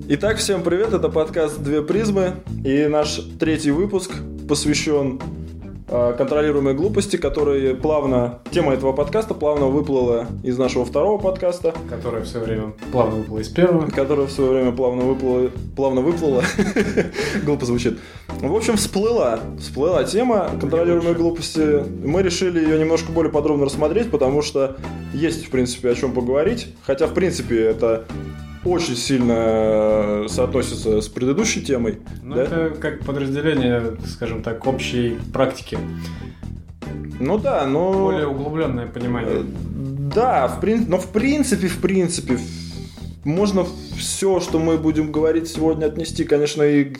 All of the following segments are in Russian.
Итак, всем привет, это подкаст «Две призмы», и наш третий выпуск посвящен контролируемой глупости, которая тема этого подкаста плавно выплыла из нашего второго подкаста. Которая в свое время плавно выплыла из первого. Которая в свое время плавно выплыла. Глупо звучит. В общем, всплыла тема контролируемой глупости. Мы решили ее немножко более подробно рассмотреть, потому что есть, в принципе, о чем поговорить. Хотя, в принципе, это очень сильно соотносится с предыдущей темой. Ну, да? Это как подразделение, скажем так, общей практики. Ну да, но... Более углубленное понимание. Да, в принципе, можно все, что мы будем говорить сегодня, отнести, конечно, и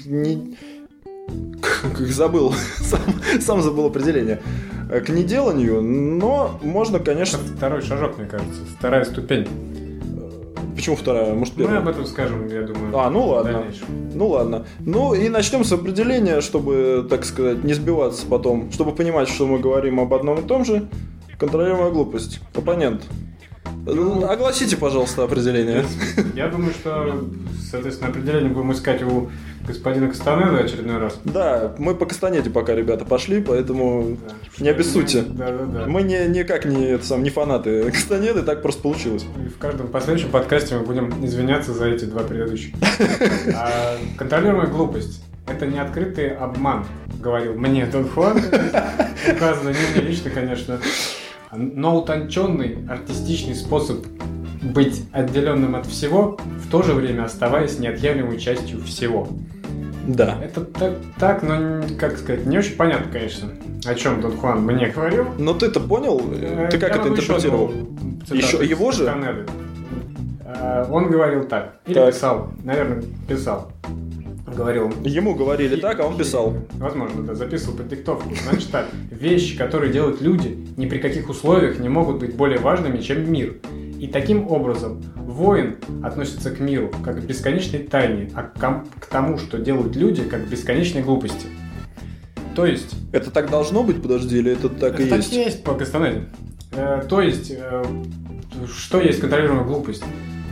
забыл, сам забыл определение, к неделанию, но можно, конечно... Это второй шажок, мне кажется, вторая ступень. Почему вторая? Может, первая? Мы об этом скажем, я думаю. Ну ладно. Ну и начнем с определения, чтобы, так сказать, не сбиваться потом, чтобы понимать, что мы говорим об одном и том же. Контролируемая глупость. Оппонент. Огласите, пожалуйста, определение. Я думаю, что, соответственно, определение будем искать у господина Кастанеды очередной раз. Да, мы по Кастанеде пока, ребята, пошли, поэтому не обессудьте. Да. Мы никак не фанаты Кастанеды, так просто получилось. И в каждом последующем подкасте мы будем извиняться за эти два предыдущих. Контролируемая глупость – это не открытый обман, говорил мне Дон Хуан. Указано не мне лично, конечно. Но утонченный, артистичный способ быть отделенным от всего, в то же время оставаясь неотъемлемой частью всего. Да. Это так, но, как сказать, не очень понятно, конечно, о чем Дон Хуан мне говорил. Но ты-то понял? Ты как это интерпретировал? Еще его же? Он говорил так. Или писал. Наверное, писал. Говорил. Ему говорили так, а он писал. Возможно, да, записывал под диктовку. Значит так, вещи, которые делают люди, ни при каких условиях не могут быть более важными, чем мир. И таким образом воин относится к миру как к бесконечной тайне, а к тому, что делают люди, как к бесконечной глупости. То есть... Это так должно быть, подожди, или это так и есть? Это так и есть по Кастанеде. То есть, что есть контролируемая глупость?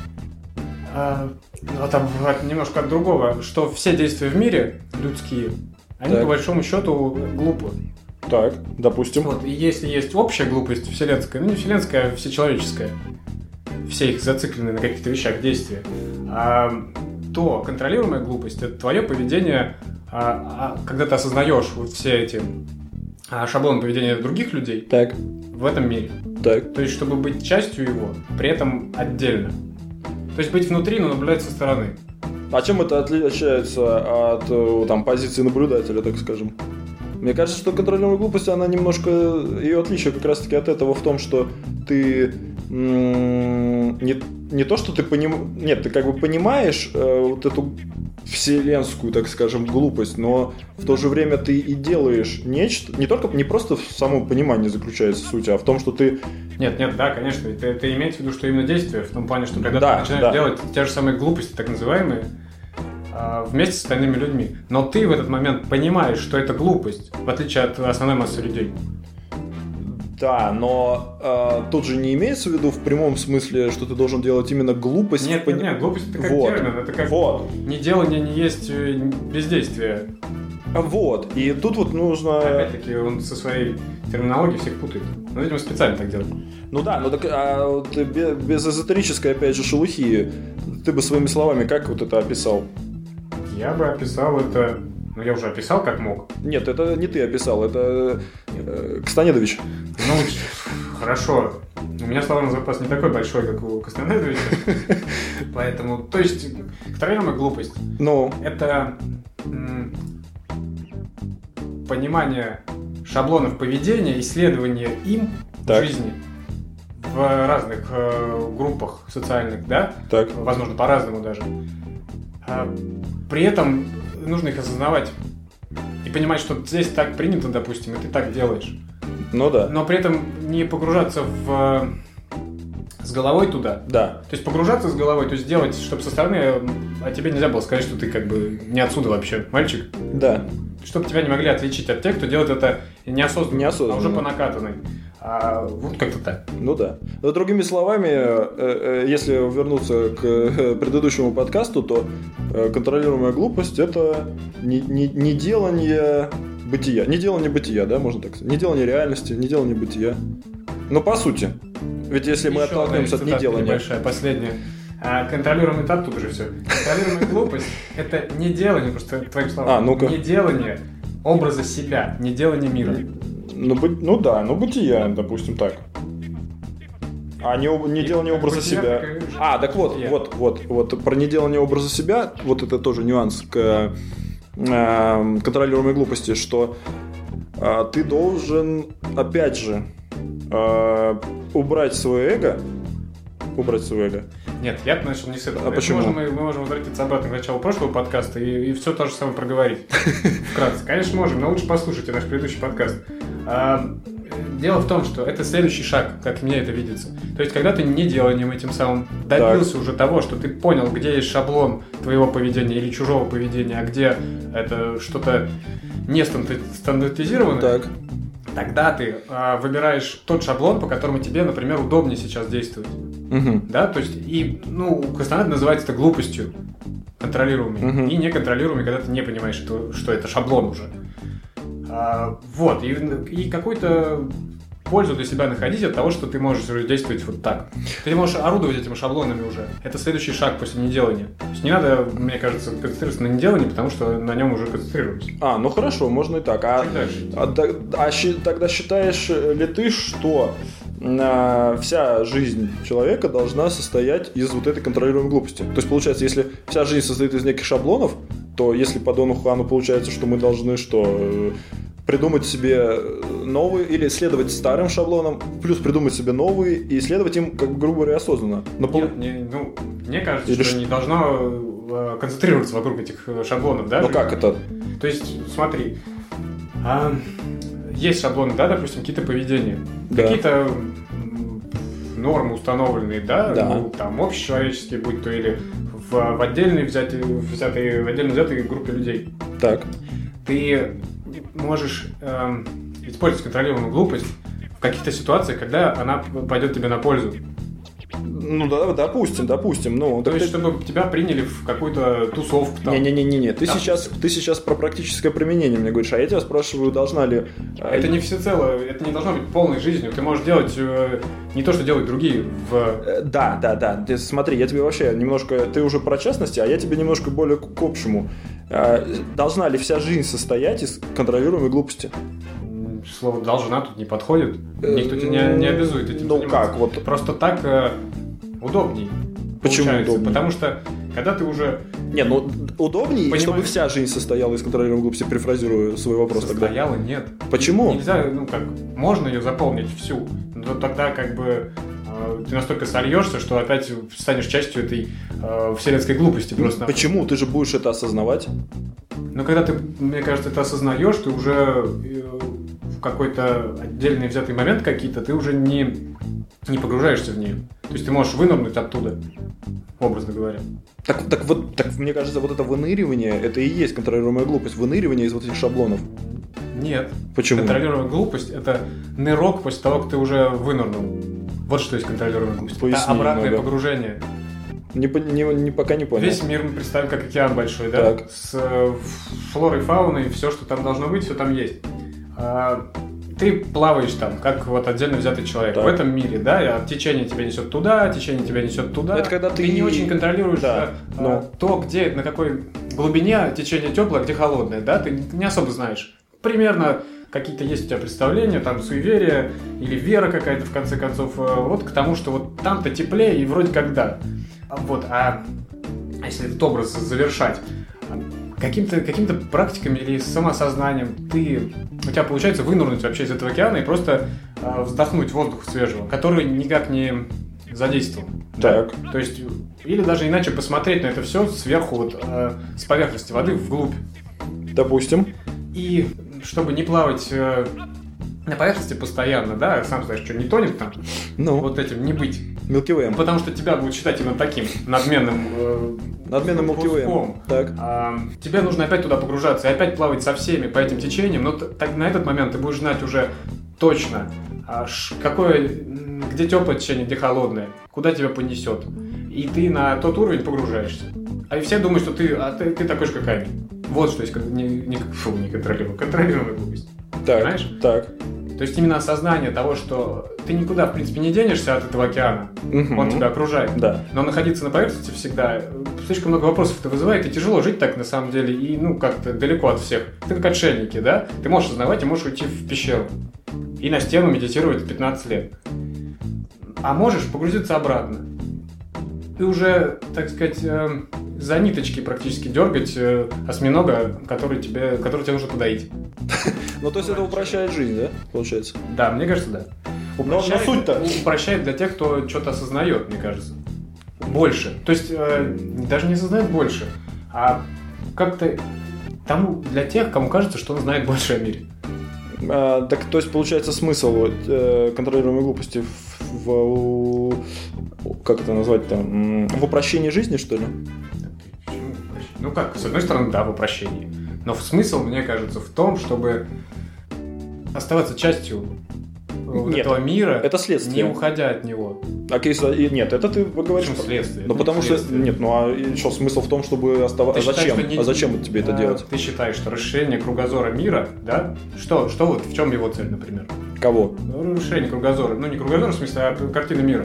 Там немножко от другого, что все действия в мире людские, они по большому счету глупы. Так, допустим. Вот, и если есть общая глупость вселенская, не вселенская, а всечеловеческая, все их зациклены на каких-то вещах действия, то контролируемая глупость – это твое поведение, когда ты осознаешь вот все эти шаблоны поведения других людей в этом мире. Так. То есть, чтобы быть частью его, при этом отдельно. То есть быть внутри, но наблюдать со стороны. А чем это отличается от позиции наблюдателя, так скажем? Мне кажется, что контролируемая глупость, она немножко... Ее отличие как раз-таки от этого в том, что ты не то, что ты понимаешь... Нет, ты как бы понимаешь вот эту вселенскую, так скажем, глупость, но в то же время ты и делаешь нечто... Не просто в самом понимании заключается суть, а в том, что ты... Нет, да, конечно. Это имеется в виду, что именно действие, в том плане, что когда ты начинаешь делать те же самые глупости, так называемые, вместе с остальными людьми. Но ты в этот момент понимаешь, что это глупость, в отличие от основной массы людей. Да, но тут же не имеется в виду в прямом смысле, что ты должен делать именно глупость. Нет, глупость это как термин, это как неделание не есть бездействие. Вот, и тут вот нужно... Опять-таки он со своей терминологией всех путает. Ну, видимо, специально так делает. Ну да, вот без эзотерической, опять же, шелухи, ты бы своими словами как вот это описал? Я бы описал это... Ну, я уже описал, как мог. Нет, это не ты описал, это Кастанедович. Ну, хорошо. У меня словарный запас не такой большой, как у Кастанедовича. Поэтому, то есть, контролируемая глупость. Это понимание шаблонов поведения, исследование им в жизни в разных группах социальных, да? Так. Возможно, по-разному даже. При этом нужно их осознавать и понимать, что здесь так принято, допустим, и ты так делаешь. Ну да. Но при этом не погружаться с головой туда. Да. То есть погружаться с головой, то есть делать, чтобы со стороны о тебе нельзя было сказать, что ты как бы не отсюда вообще, мальчик. Да. Чтобы тебя не могли отличить от тех, кто делает это неосознанно. А уже по накатанной. Вот как-то так. Ну да. Но другими словами, если вернуться к предыдущему подкасту, то контролируемая глупость — это не делание бытия. Не делание бытия, да, можно так сказать. Не делание реальности, не делание бытия. Но по сути. Ведь если мы оттолкнемся от неделания... Небольшая, последняя. Контролируемый этап, тут уже все. Контролируемая глупость — это не делание, просто твоим словам, не делание образа себя, не делание мира. Ну да, бытия, допустим, так. А не делание образа себя. Так вот, про неделание образа себя, вот это тоже нюанс к контролируемой глупости, что ты должен, опять же, убрать свое эго. Нет, я начал не с этого. Почему? Мы можем возвратиться обратно к началу прошлого подкаста и все то же самое проговорить. Вкратце. Конечно, можем, но лучше послушайте наш предыдущий подкаст. Дело в том, что это следующий шаг, как мне это видится. То есть, когда ты не деланием этим самым добился уже того, что ты понял, где есть шаблон твоего поведения или чужого поведения, а где это что-то не стандартизированное, тогда ты выбираешь тот шаблон, по которому тебе, например, удобнее сейчас действовать. Да, то есть, Кастанет называется это глупостью контролируемой и неконтролируемой, когда ты не понимаешь, что это шаблон уже. И какую-то пользу для себя находить от того, что ты можешь действовать вот так. Ты можешь орудовать этими шаблонами уже. Это следующий шаг после неделания. То есть не надо, мне кажется, концентрироваться на неделании, потому что на нем уже концентрируемся. Ну хорошо, можно и так. Тогда считаешь ли ты, что вся жизнь человека должна состоять из вот этой контролируемой глупости? То есть, получается, если вся жизнь состоит из неких шаблонов, то если по Дону Хуану получается, что мы должны придумать себе новые или следовать старым шаблонам, плюс придумать себе новые и следовать им, грубо говоря, осознанно. Мне кажется, что не должно концентрироваться вокруг этих шаблонов, да? Как это? То есть, смотри, есть шаблоны, да, допустим, какие-то поведения, какие-то нормы установленные, да? Там общечеловеческие, будь то или в отдельно взятой группе людей. Так. Ты можешь использовать контролируемую глупость в каких-то ситуациях, когда она пойдет тебе на пользу. Допустим. То есть, чтобы тебя приняли в какую-то тусовку. Не. Ты сейчас про практическое применение мне говоришь, а я тебя спрашиваю, должна ли... Это не всецело, это не должно быть полной жизнью. Ты можешь делать не то, что делают другие. Да. Ты, смотри, я тебе вообще немножко... Ты уже про частности, а я тебе немножко более к общему. Должна ли вся жизнь состоять из контролируемой глупости? Слово «должна» тут не подходит. Никто тебя не обязует этим заниматься. Просто так удобней. Почему удобнее? Потому что, когда ты уже... удобнее, чтобы вся жизнь состояла из контролируемой глупости, перефразирую свой вопрос тогда. Состояла, нет. Почему? Нельзя, можно ее заполнить всю, но тогда ты настолько сольешься, что опять станешь частью этой вселенской глупости. Просто. Почему? Ты же будешь это осознавать. Когда ты, мне кажется, это осознаешь, ты уже в какой-то отдельный взятый момент ты уже не погружаешься в нее. То есть ты можешь вынырнуть оттуда, образно говоря. Так, мне кажется, вот это выныривание, это и есть контролируемая глупость. Выныривание из вот этих шаблонов. Нет. Почему? Контролируемая глупость — это нырок после того, как ты уже вынырнул. Вот что есть контролируемая глупость. Поясни это обратное немного. Погружение. Пока не понял. Весь мир мы представим как океан большой, да? Так. С флорой, фауной, все, что там должно быть, все там есть. Ты плаваешь там, как отдельно взятый человек. Так. В этом мире, да, течение тебя несет туда, течение тебя несет туда. Это когда ты не очень контролируешь то, где, на какой глубине течение теплое, где холодное, да, ты не особо знаешь. Примерно какие-то есть у тебя представления, там суеверия или вера какая-то, в конце концов, к тому, что там-то теплее и вроде как да. А если этот образ завершать какими-то практиками или самосознанием, у тебя получается вынырнуть вообще из этого океана и просто вздохнуть воздуха свежего, который никак не задействован. Так. Да? То есть, или даже иначе посмотреть на это все сверху, с поверхности воды вглубь. Допустим. И чтобы не плавать на поверхности постоянно, да, сам знаешь, что не тонет там, вот этим не быть. Milky Way. Потому что тебя будут считать именно таким надменным Milky Way. Так. Тебе нужно опять туда погружаться и опять плавать со всеми по этим течениям, но на этот момент ты будешь знать уже точно, где теплое течение, где холодное, куда тебя понесет. И ты на тот уровень погружаешься. И все думают, что ты такой же, как они. Вот что есть контролируемая глупость. Так, понимаешь? Так. То есть именно осознание того, что ты никуда, в принципе, не денешься от этого океана, он тебя окружает. Да. Но находиться на поверхности всегда слишком много вопросов это вызывает, и тяжело жить так на самом деле, и как-то далеко от всех. Ты как отшельники, да? Ты можешь осознавать и можешь уйти в пещеру и на стену медитировать 15 лет. А можешь погрузиться обратно. И уже, так сказать, за ниточки практически дергать осьминога, который тебе нужно подоить. Ну, то есть это упрощает жизнь, да, получается? Да, мне кажется, да. Но суть-то... Упрощает для тех, кто что-то осознает, мне кажется. Больше. То есть даже не осознает больше, а как-то для тех, кому кажется, что он знает больше о мире. Так, то есть, получается, смысл контролируемой глупости как это назвать-то? В упрощении жизни, что ли? Ну как, с одной стороны, да, в упрощении. Но смысл, мне кажется, в том, чтобы оставаться частью этого мира, это следствие. не уходя от него. Нет, это ты говоришь. Почему следствие? Ну потому что нет, что смысл в том, чтобы оставаться. Зачем тебе это делать? Ты считаешь, что расширение кругозора мира, да? Что вот в чем его цель, например? Кого? Расширение кругозора. Ну не кругозора в смысле, а картины мира.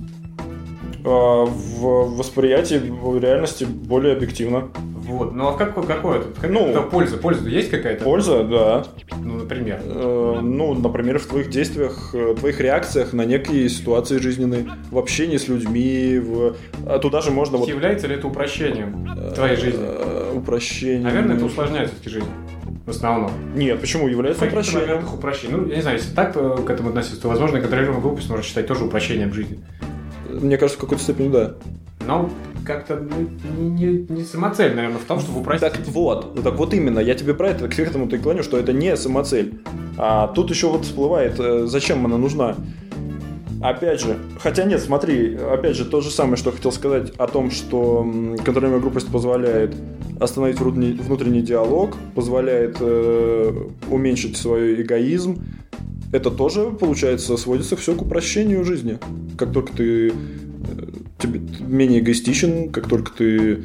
В восприятии реальности более объективно. Вот. Ну а какое это? Польза? Польза есть какая-то? Польза, да. Ну, например? Например, в твоих действиях, твоих реакциях на некие ситуации жизненные, в общении с людьми, туда же можно... Является ли это упрощением твоей жизни? Упрощением... Наверное, это усложняет все-таки жизнь. В основном. Нет, почему? Является упрощением. Ну, я не знаю, если так к этому относиться, то, возможно, контролируемую глупость можно считать тоже упрощением жизни. Мне кажется, в какой-то степени да. Но как-то не самоцель, наверное, в том, чтобы упростить. Так вот именно, я тебе про это, к этому-то и клоню, что это не самоцель. А тут еще вот всплывает, зачем она нужна. Опять же, хотя нет, смотри, опять же, то же самое, что хотел сказать о том, что контролируемая глупость позволяет остановить внутренний диалог, позволяет уменьшить свой эгоизм. Это тоже, получается, сводится все к упрощению жизни. Как только ты менее эгоистичен, как только ты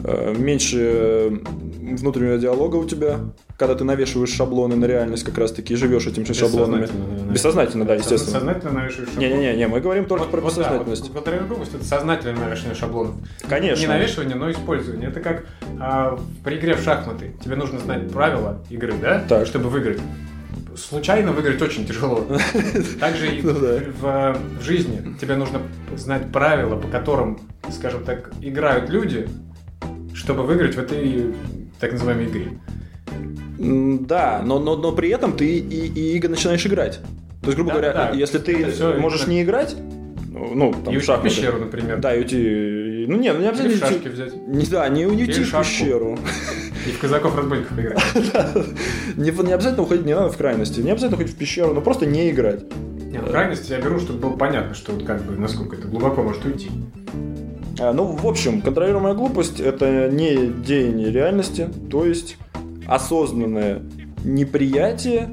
меньше внутреннего диалога у тебя, когда ты навешиваешь шаблоны на реальность, как раз-таки, и живешь этими шаблонами. Бессознательно, да, естественно. Сознательно навешиваешь шаблоны. Не, мы говорим только про бессознательность. Контролируемая глупость – это сознательное навешивание шаблонов. Конечно. Не навешивание, но использование. Это как при игре в шахматы. Тебе нужно знать правила игры, да? Чтобы выиграть. Случайно выиграть очень тяжело. Также и в жизни тебе нужно знать правила, по которым, скажем так, играют люди, чтобы выиграть в этой так называемой игре. Да, но при этом ты и начинаешь играть. То есть, грубо говоря, если ты можешь не играть, там, и уйти в пещеру, например. Да, и уйти... не обязательно или в шашки взять. Не уйти в пещеру. И в казаков-разбойников играть. Не обязательно уходить, не надо в крайности. Не обязательно уходить в пещеру, но просто не играть. В крайности я беру, чтобы было понятно, что насколько это глубоко может уйти. В общем, контролируемая глупость – это не деяние реальности, то есть осознанное неприятие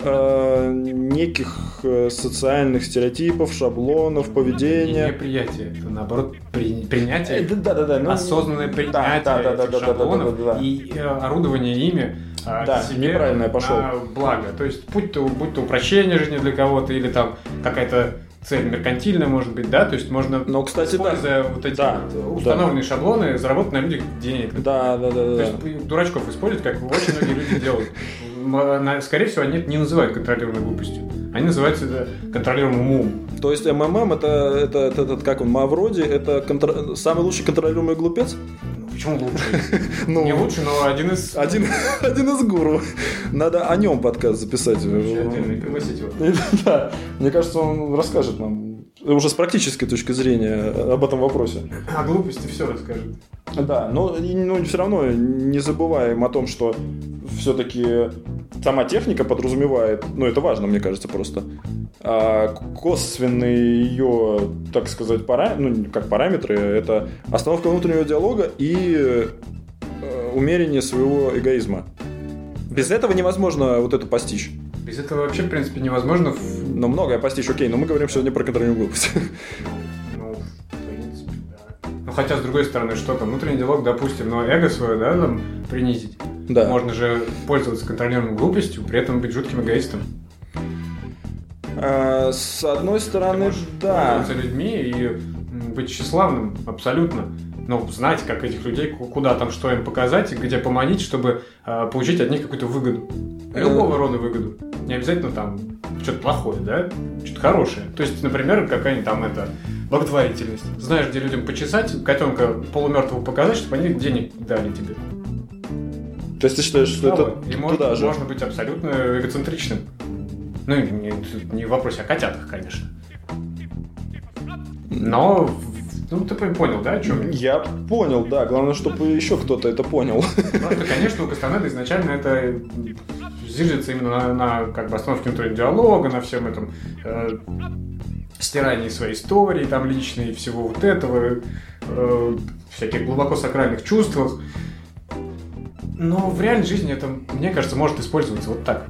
неких социальных стереотипов, шаблонов, поведения. Не неприятие, это наоборот принятие, да, осознанное принятие этих шаблонов и орудование ими себе неправильно пошел. На благо. То есть будь то упрощение жизни для кого-то или там какая-то цель меркантильная, может быть, да, то есть можно, используя вот эти установленные шаблоны, заработать на людях денег. То есть дурачков используют, как очень многие люди делают. Скорее всего, они это не называют контролируемой глупостью. Они называют это контролируемым умом. То есть МММ это как он, Мавроди, это самый лучший контролируемый глупец? Почему лучший? Не лучший, но один из... Один из гуру. Надо о нем подкаст записать. Отдельно и пригласить его. Да, мне кажется, он расскажет нам уже с практической точки зрения об этом вопросе. О глупости все расскажет. Да, но все равно не забываем о том, что все-таки сама техника подразумевает, это важно, мне кажется, просто, косвенные ее, так сказать, параметры, это остановка внутреннего диалога и умерение своего эгоизма. Без этого невозможно вот это постичь. Без этого вообще, в принципе, невозможно. Но многое постичь, окей, но мы говорим сегодня про контролируемую глупость. Ну, в принципе, да. Ну, хотя, с другой стороны, что там, внутренний диалог, допустим, но эго свое, да, там, принизить. Да. Можно же пользоваться контролируемой глупостью, при этом быть жутким эгоистом. С одной стороны, да. Пользоваться людьми и быть тщеславным, абсолютно. Ну, знать, как этих людей, куда там, что им показать, где поманить, чтобы получить от них какую-то выгоду. Любого рода выгоду. Не обязательно там что-то плохое, да? Что-то хорошее. То есть, например, какая-нибудь там благотворительность. Знаешь, где людям почесать, котенка полумертвого показать, чтобы они денег дали тебе. То есть ты считаешь, что это и туда же? Можно быть абсолютно эгоцентричным. Ну, не в вопросе о котятах, конечно. Но, ну, ты понял, да, о чем я? Я понял, да. Главное, чтобы еще кто-то это понял. Просто, конечно, у Кастанеды изначально это зиждется именно на как бы остановке внутреннего диалога, на всем этом стирании своей истории, там, личной, всего вот этого, всяких глубоко сакральных чувствах. Но в реальной жизни это, мне кажется, может использоваться вот так.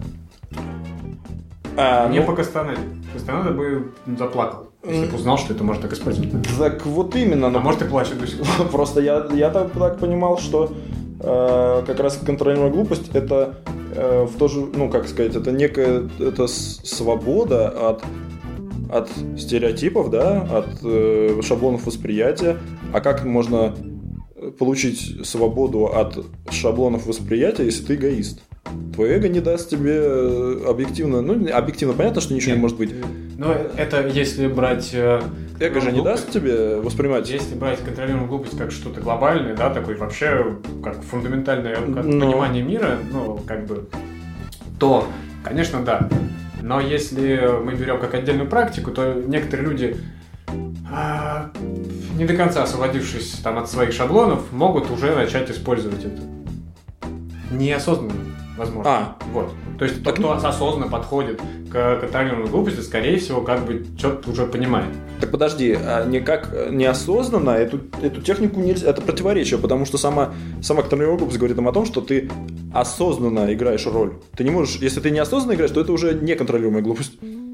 Не по Кастанеде. Кастанеда бы заплакал, если бы узнал, что это можно так использовать. Так вот именно. А может и плачет до сих пор. Просто я так понимал, что как раз контролируемая глупость это в то же, ну как сказать, это некая свобода от стереотипов, да, от шаблонов восприятия. А как можно получить свободу от шаблонов восприятия, если ты эгоист? Твое эго не даст тебе объективно... Ну, объективно понятно, что ничего не может быть. Но это если брать... Эго же не даст тебе воспринимать... Если брать контролируемую глупость как что-то глобальное, да, такое вообще как фундаментальное понимание мира, ну, как бы, то, конечно, да. Но если мы берем как отдельную практику, то некоторые люди, не до конца освободившись там от своих шаблонов, могут уже начать использовать это. Неосознанно, возможно. Вот. То есть тот, кто осознанно подходит к контролируемой глупости, скорее всего, как бы что-то уже понимает. Так подожди, а никак неосознанно эту технику нельзя, это противоречие, потому что сама контролируемая глупость говорит о том, что ты осознанно играешь роль. Ты не можешь, если ты неосознанно играешь, то это уже не контролируемая глупость.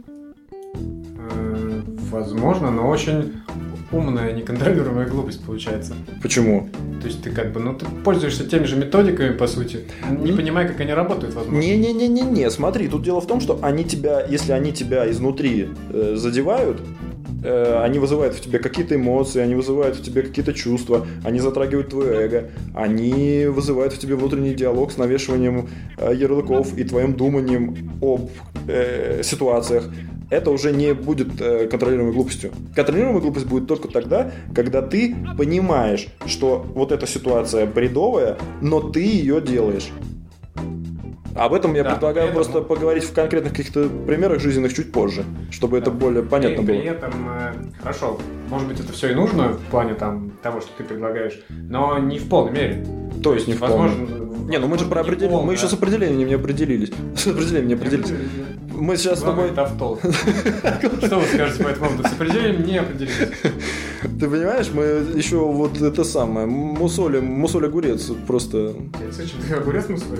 Возможно, но очень умная неконтролируемая глупость получается. Почему? То есть ты как бы, ты пользуешься теми же методиками, по сути, не понимая, как они работают, возможно. Не, смотри, тут дело в том, что если они тебя изнутри задевают, они вызывают в тебе какие-то эмоции, они вызывают в тебе какие-то чувства, они затрагивают твое эго, они вызывают в тебе внутренний диалог с навешиванием ярлыков и твоим думанием об ситуациях. Это уже не будет контролируемой глупостью. Контролируемая глупость будет только тогда, когда ты понимаешь, что вот эта ситуация бредовая, но ты ее делаешь. Об этом я предлагаю просто поговорить в конкретных каких-то примерах жизненных чуть позже, чтобы это более понятно было. При этом, хорошо, может быть, это все и нужно в плане того, что ты предлагаешь, но не в полной мере. То есть не в полной мере. Не, мы же про определение. Мы еще с определением не определились. С определением не определились. Мы сейчас с тобой... Что вы скажете по этому поводу? С определением не определились. Ты понимаешь, мы еще вот это самое, мусоль огурец просто... Зачем ты огурец мусоль?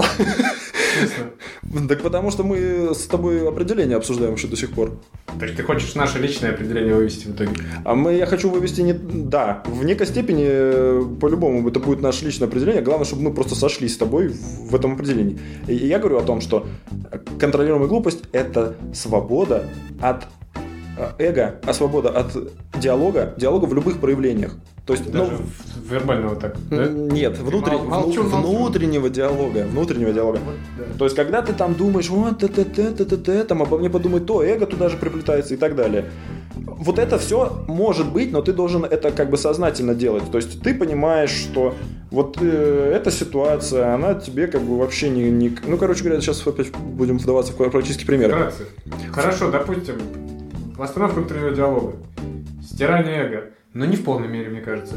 Так потому что мы с тобой определение обсуждаем еще до сих пор. То есть ты хочешь наше личное определение вывести в итоге? Я хочу вывести Да, в некой степени, по-любому, это будет наше личное определение. Главное, чтобы мы просто сошлись с тобой в этом определении. И я говорю о том, что контролируемая глупость – это свобода от эго, свобода от диалога в любых проявлениях. То есть, вербального так, да? Нет, внутреннего диалога. Вот, да. То есть, когда ты там думаешь, там обо мне подумать, то эго туда же приплетается и так далее. Вот это все может быть, но ты должен это как бы сознательно делать. То есть, ты понимаешь, что вот эта ситуация, она тебе как бы вообще не... короче говоря, сейчас опять будем вдаваться в практический пример. Хорошо, допустим, остановка внутреннего диалога, стирание эго. Но не в полной мере, мне кажется.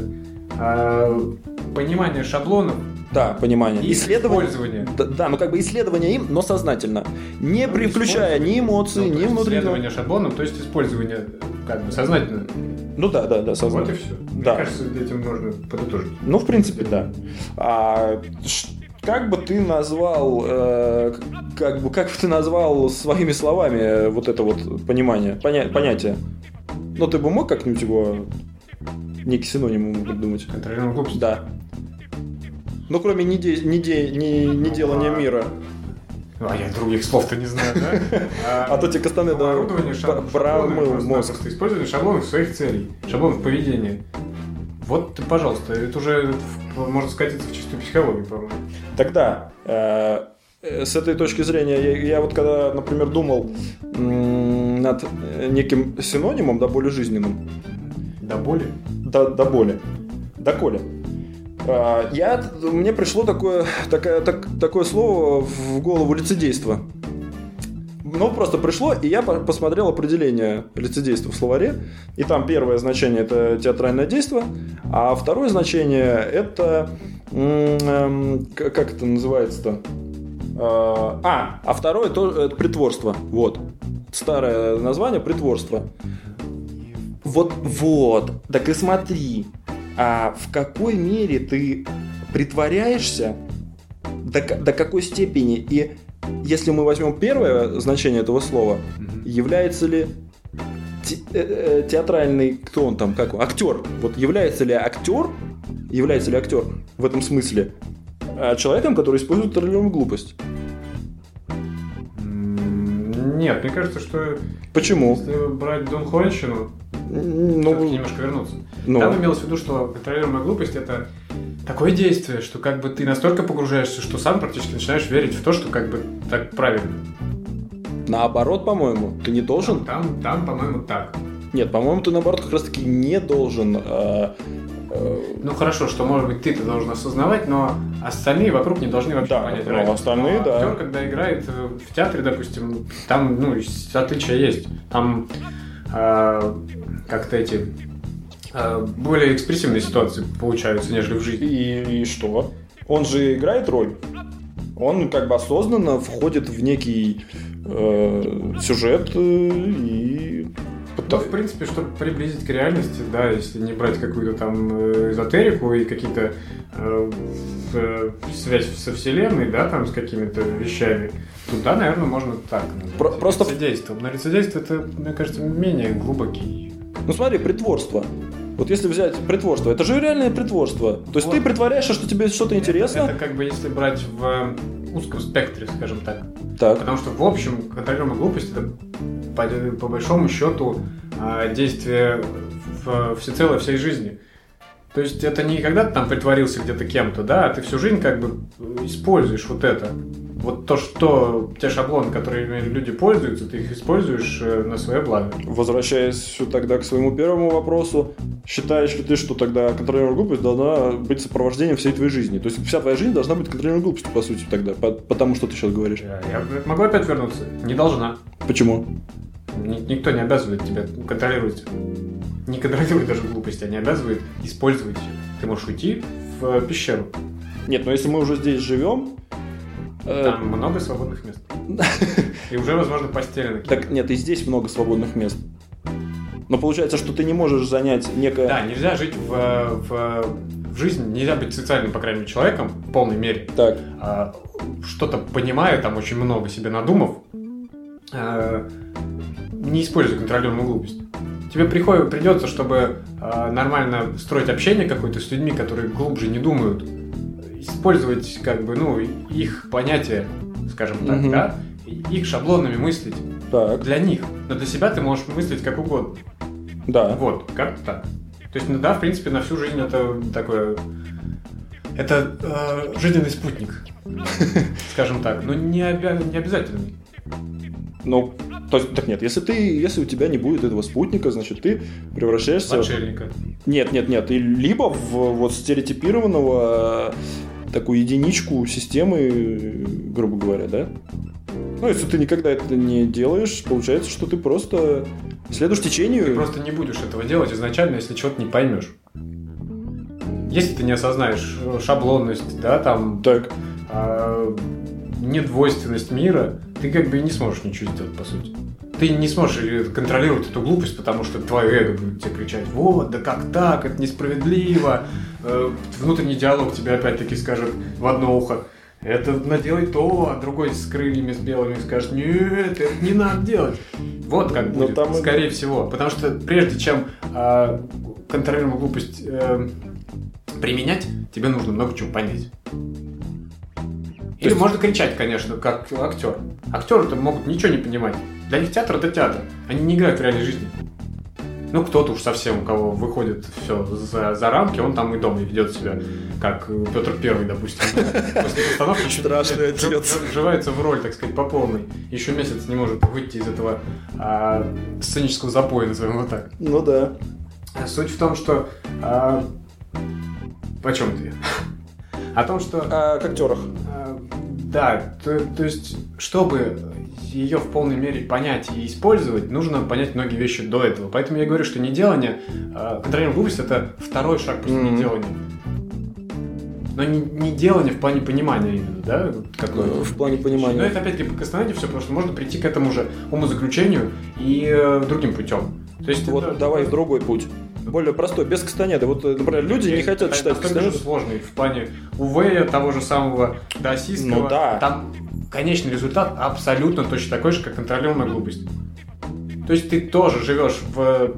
Понимание шаблонов. Да, понимание. Исследование. Да, исследование им, но сознательно. Не включая ни эмоции, ни внутреннего. Исследование шаблонов, то есть использование как бы сознательно. Да, сознательно. Вот и все. Мне кажется, этим можно подытожить. В принципе, да. как бы ты назвал, как бы ты назвал своими словами вот это вот понимание, понятие? Ну, ты бы мог как-нибудь его некий синоним придумать? Контролируемая глупость? Да. Ну, кроме не делания мира. А я других слов-то не знаю, да? А то тебе Кастанеда промыл мозг. Использование шаблонов своих целей, шаблонов поведения. Вот, пожалуйста, это уже можно скатиться в чистую психологию, по-моему. Тогда, с этой точки зрения, я вот когда, например, думал над неким синонимом, да, более жизненным. До боли? До боли. Доколе. Мне пришло такое слово в голову — лицедейство. Ну, просто пришло, и я посмотрел определение лицедейства в словаре. И там первое значение — это театральное действо, а второе значение — это... как это называется-то? А второе — это притворство. Вот. Старое название — притворство. Вот. Так и смотри. А в какой мере ты притворяешься, до какой степени, и если мы возьмем первое значение этого слова, является ли театральный, кто он там, как он, актер, вот является ли актер в этом смысле человеком, который использует контролируемую глупость? Нет, мне кажется, что... Почему? Если брать Дон Хуанщину, все-таки немножко вернуться. Там имелось в виду, что контролируемая глупость — это такое действие, что как бы ты настолько погружаешься, что сам практически начинаешь верить в то, что как бы так правильно. Наоборот, по-моему, ты не должен... Там, по-моему, так. Нет, по-моему, ты наоборот как раз-таки не должен... Ну хорошо, что, может быть, ты-то должен осознавать, но остальные вокруг не должны вообще понять. Да, остальные, да. Актер, когда играет в театре, допустим, там, отличия есть. Там как-то эти более экспрессивные ситуации получаются, нежели в жизни. И что? Он же играет роль. Он как бы осознанно входит в некий сюжет и... Ну, в принципе, чтобы приблизить к реальности, да, если не брать какую-то там эзотерику и какие-то связь со Вселенной, да, там с какими-то вещами, то да, наверное, можно так. Просто лицедейство. Но лицедейство — это, мне кажется, менее глубокий. Ну смотри, притворство. Вот если взять притворство, это же реальное притворство. То есть вот. Ты притворяешься, что тебе что-то интересно. Это как бы если брать в узком спектре, скажем так. Так. Потому что, в общем, контролируемая глупость — это по большому счету действие всецело всей жизни. То есть это не когда ты там притворился где-то кем-то, да, а ты всю жизнь как бы используешь вот это. Вот то, что те шаблоны, которыми люди пользуются, ты их используешь на свое благо. Возвращаясь тогда к своему первому вопросу, считаешь ли ты, что тогда контролируемая глупость должна быть сопровождением всей твоей жизни? То есть вся твоя жизнь должна быть контролируемой глупостью, по сути, тогда, потому что ты сейчас говоришь. Я могу опять вернуться? Не должна. Почему? Никто не обязывает тебя контролировать. Не контролирует даже глупость, а не обязывает использовать ее. Ты можешь уйти в пещеру. Нет, но если мы уже здесь живем... Там много свободных мест. И уже, возможно, постелено. Так нет, и здесь много свободных мест. Но получается, что ты не можешь занять некое... Да, нельзя жить в жизни, нельзя быть социальным, по крайней мере, человеком в полной мере. Так. Что-то понимая, там очень много себе надумав, не используй контролируемую глупость. Тебе придется, чтобы нормально строить общение какое-то с людьми, которые глубже не думают, использовать как бы, их понятия, скажем так, да, их шаблонами мыслить для них. Но для себя ты можешь мыслить как угодно. Да. Вот, как-то так. То есть, да, в принципе, на всю жизнь это такое... Это жизненный спутник, скажем так, но не обязательный. Ну, то есть, так нет, если у тебя не будет этого спутника, значит, ты превращаешься... В отшельника. Нет, и либо в вот стереотипированного такую единичку системы, грубо говоря, да? Ну, если ты никогда это не делаешь, получается, что ты просто следуешь течению. Ты просто не будешь этого делать изначально, если чего-то не поймешь. Если ты не осознаешь шаблонность, да, там... Так. Недвойственность мира, ты как бы и не сможешь ничего сделать, по сути. Ты не сможешь контролировать эту глупость, потому что твое эго будет тебе кричать: вот, да как так, это несправедливо. Внутренний диалог тебе опять-таки скажет в одно ухо: это наделай то, а другой с крыльями, с белыми скажет, нет, это не надо делать. Вот как будет, скорее всего. Потому что прежде чем контролируемую глупость применять, тебе нужно много чего понять. Или можно кричать, конечно, как актер. Актеры-то могут ничего не понимать. Для них театр — это театр. Они не играют в реальной жизни. Ну, кто-то уж совсем, у кого выходит все за рамки, он там и дома ведет себя, как Петр Первый, допустим. После постановки еще вживается в роль, так сказать, по полной. Еще месяц не может выйти из этого сценического запоя, назовем его так. Ну да. Суть в том, что... О чем ты? О том, что... К актерах. Да, то есть, чтобы ее в полной мере понять и использовать, нужно понять многие вещи до этого. Поэтому я говорю, что неделание, контролируемая глупость — это второй шаг после неделания. Но не делание в плане понимания именно, да? В плане понимания. Но это опять-таки прокрастинация все, потому что можно прийти к этому же умозаключению и другим путем. То есть вот давай в другой путь. Более простой, без кастанеды. Вот, например, люди не хотят читать кастанеды. Сложный в плане УВ, того же самого даосистского. Ну да. Там конечный результат абсолютно точно такой же, как контролируемая глупость. То есть ты тоже живешь в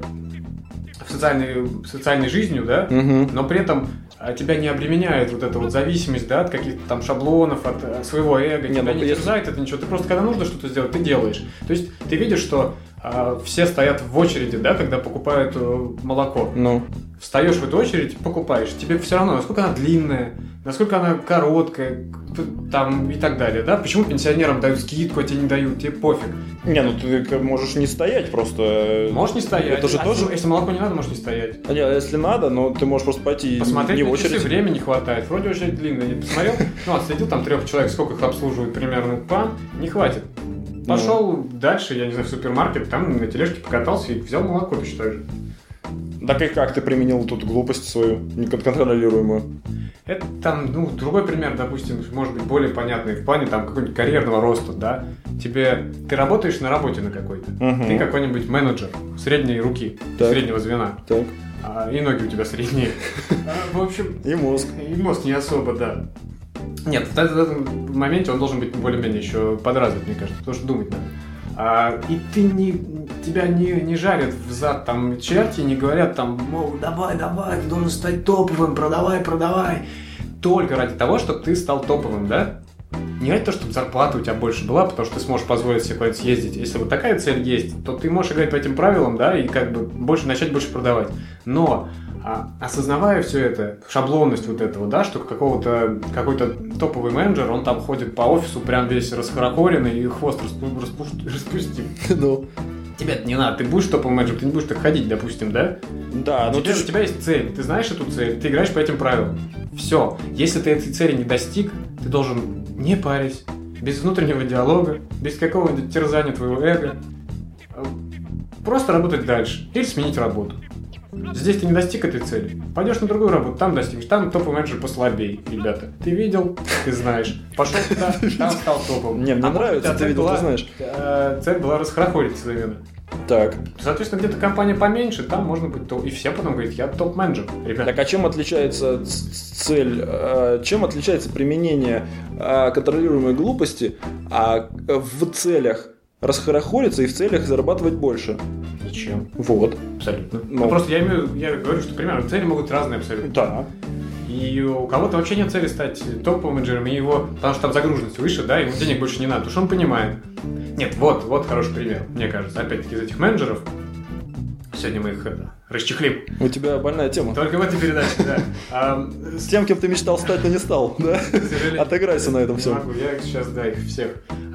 социальной жизнью, да, но при этом тебя не обременяет вот эта вот зависимость, да, от каких-то там шаблонов, от своего эго, тебя не терзает это ничего. Ты просто, когда нужно что-то сделать, ты делаешь. То есть ты видишь, что все стоят в очереди, да, когда покупают молоко. Ну. Встаешь в эту очередь, покупаешь. Тебе все равно, насколько она длинная, насколько она короткая, там и так далее, да? Почему пенсионерам дают скидку, а тебе не дают, тебе пофиг. Не, ну ты можешь не стоять просто. Можешь не стоять. Это же тоже... Если молоко не надо, можешь не стоять. А если надо, но ты можешь просто пойти посмотреть не в очередь. Посмотреть, времени не хватает. Вроде очередь длинная. Не посмотрел? Ну, отследил там 3 человек, сколько их обслуживают примерно. Пам, не хватит. Пошел дальше, я не знаю, в супермаркет, там на тележке покатался и взял молоко точно так же. Так и как ты применил тут глупость свою, неконтролируемую? Это там, другой пример, допустим, может быть более понятный в плане там какого-нибудь карьерного роста, да? Ты работаешь на работе на какой-то, ты какой-нибудь менеджер средней руки, среднего звена. Так. И ноги у тебя средние. В общем... И мозг. И мозг не особо, да. Нет, в этом моменте он должен быть более-менее еще подразвит, мне кажется, потому что думать надо. И тебя не жарят в зад там черти, не говорят там, мол, давай, ты должен стать топовым, продавай. Только ради того, чтобы ты стал топовым, да? Не ради того, чтобы зарплата у тебя больше была, потому что ты сможешь позволить себе куда-нибудь съездить. Если вот такая цель есть, то ты можешь играть по этим правилам, да, и как бы начать больше продавать. Но осознавая все это, шаблонность вот этого, да, что какой-то топовый менеджер, он там ходит по офису прям весь расхорохоренный и хвост распустив. Ну. Тебе это не надо, ты будешь топовым менеджером, ты не будешь так ходить, допустим, да? Да, но у тебя есть цель, ты знаешь эту цель, ты играешь по этим правилам. Все, если ты этой цели не достиг, ты должен, не парясь, без внутреннего диалога, без какого-нибудь терзания твоего эго, просто работать дальше или сменить работу. Здесь ты не достиг этой цели. Пойдешь на другую работу, там достигнешь. Там топовый менеджер послабее, ребята. Ты видел, ты знаешь. Пошел туда, там стал топовым. Не, мне нравится, ты видел, ты знаешь. Цель была расхорохориться, наверное. Так. Соответственно, где-то компания поменьше, там можно быть топ. И все потом говорят, я топ-менеджер, ребята. Так а чем отличается цель, чем отличается применение контролируемой глупости в целях расхорохориться и в целях зарабатывать больше? Ничем. Вот. Абсолютно. Ну, просто я говорю, что примерно цели могут быть разные абсолютно. Да. И у кого-то вообще нет цели стать топовым менеджером, и потому что там загруженность выше, да, ему денег больше не надо, потому что он понимает. Нет, вот хороший пример, мне кажется, опять-таки из этих менеджеров. Сегодня мы их расчехлим. У тебя больная тема. Только в этой передаче, да. С тем, кем ты мечтал стать, но не стал, да? Отыграйся на этом всем. Не могу, я сейчас, их всех.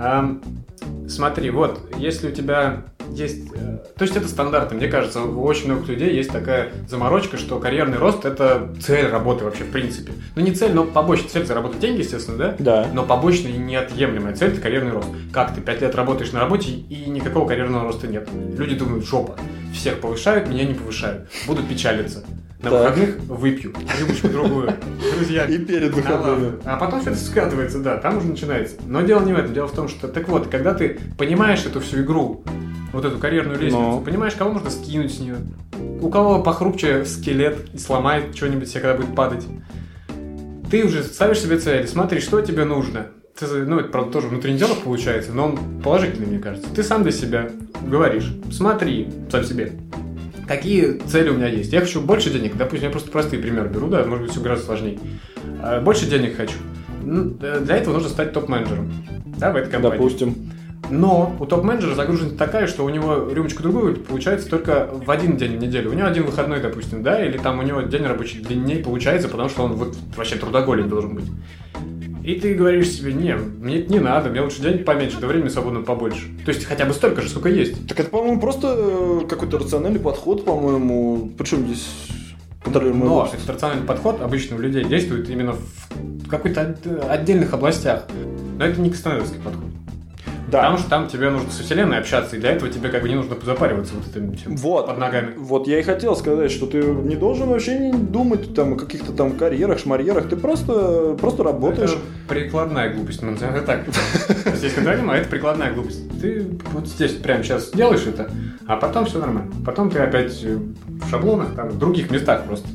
Смотри, вот, если у тебя есть... То есть это стандарты. Мне кажется, у очень многих людей есть такая заморочка, что карьерный рост – это цель работы вообще в принципе. Ну, не цель, но побочная цель – заработать деньги, естественно, да? Да. Но побочная и неотъемлемая цель – это карьерный рост. Как ты 5 лет работаешь на работе, и никакого карьерного роста нет. Люди думают, жопа. Всех повышают, меня не повышают. Будут печалиться. На выходных выпью рюмочку другую. Друзья. И перед выходными. А потом все это скатывается, да, там уже начинается. Но дело не в этом. Дело в том, что, так вот, когда ты понимаешь эту всю игру, вот эту карьерную лестницу, понимаешь, кого можно скинуть с нее, у кого похрупче скелет и сломает что-нибудь себе, когда будет падать. ты уже ставишь себе цели, смотри, что тебе нужно. Ну, это, правда, тоже внутренний диалог получается, но он положительный, мне кажется. Ты сам для себя говоришь, смотри сам себе, какие цели у меня есть. Я хочу больше денег, допустим, я просто простые примеры беру, да, может быть, все гораздо сложнее. Больше денег хочу. Для этого нужно стать топ-менеджером, да, в этой компании. Допустим. Но у топ-менеджера загруженность такая, что у него рюмочку другую получается только в один день в неделю. У него один выходной, допустим, да, или там у него день рабочий длиннее получается, потому что он вот вообще трудоголик должен быть. И ты говоришь себе, не, мне это не надо, мне лучше денег поменьше, да времени свободного побольше. То есть хотя бы столько же, сколько есть. Так это, по-моему, просто какой-то рациональный подход, по-моему. Причем здесь контролируемый Но рост. этот рациональный подход обычно у людей действует именно в каких-то отдельных областях. Но это не кастанедовский подход. Да. Потому что там тебе нужно со вселенной общаться, и для этого тебе как бы не нужно запариваться вот этим под ногами. Вот я и хотел сказать, что ты не должен вообще не думать там, о каких-то там карьерах, шмарьерах, ты просто работаешь. Это прикладная глупость, мы назовем это так. То есть, если говорим, это прикладная глупость. Ты вот здесь прямо сейчас делаешь это, а потом все нормально. Потом ты опять в шаблонах, там, в других местах просто.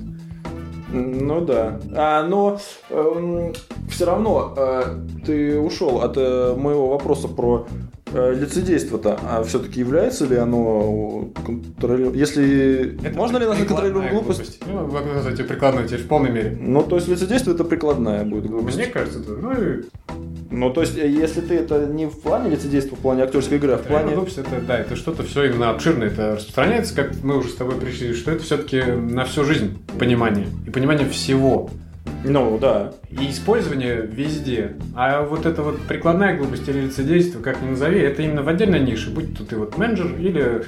Ну да. Но все равно ты ушел от моего вопроса про лицедейство-то. А все-таки является ли оно контролируемым? Если... Это можно ли назвать контролируемую глупость? Ну, вы назовете прикладную теперь в полной мере. Ну, то есть лицедейство это прикладная будет глупость. Мне кажется, это... Ну, то есть, если ты это не в плане лицедейства, в плане актерской игры, а в плане... Глупость, это что-то все именно обширное. Это распространяется, как мы уже с тобой пришли, что это все-таки на всю жизнь понимание. И понимание всего. Ну, да. И использование везде. А вот эта вот прикладная глупость или лицедейство, как ни назови, это именно в отдельной нише. Будь то ты вот менеджер или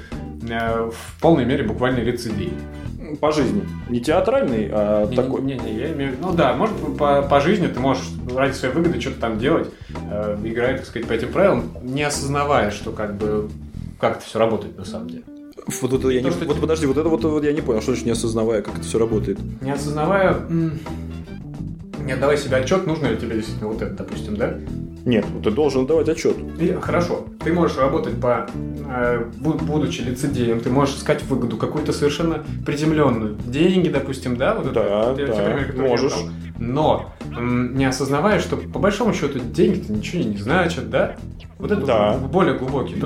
в полной мере буквально лицедей. По жизни. Не театральный, а такой. Не, я имею в виду. Ну да, может по жизни ты можешь ради своей выгоды что-то там делать, играя, так сказать, по этим правилам, не осознавая, что как это все работает на самом деле. Подожди, вот это я не понял, что значит не осознавая, как это все работает. Не осознавая, не отдавая себе отчет, нужно ли тебе действительно вот это, допустим, да? Нет, ты должен давать отчет. Хорошо, ты можешь работать будучи лицедеем, ты можешь искать выгоду какую-то совершенно приземленную. Деньги, допустим, да? Вот да, можешь. Но не осознавая, что по большому счету деньги-то ничего не значат, да? Вот это более глубокий.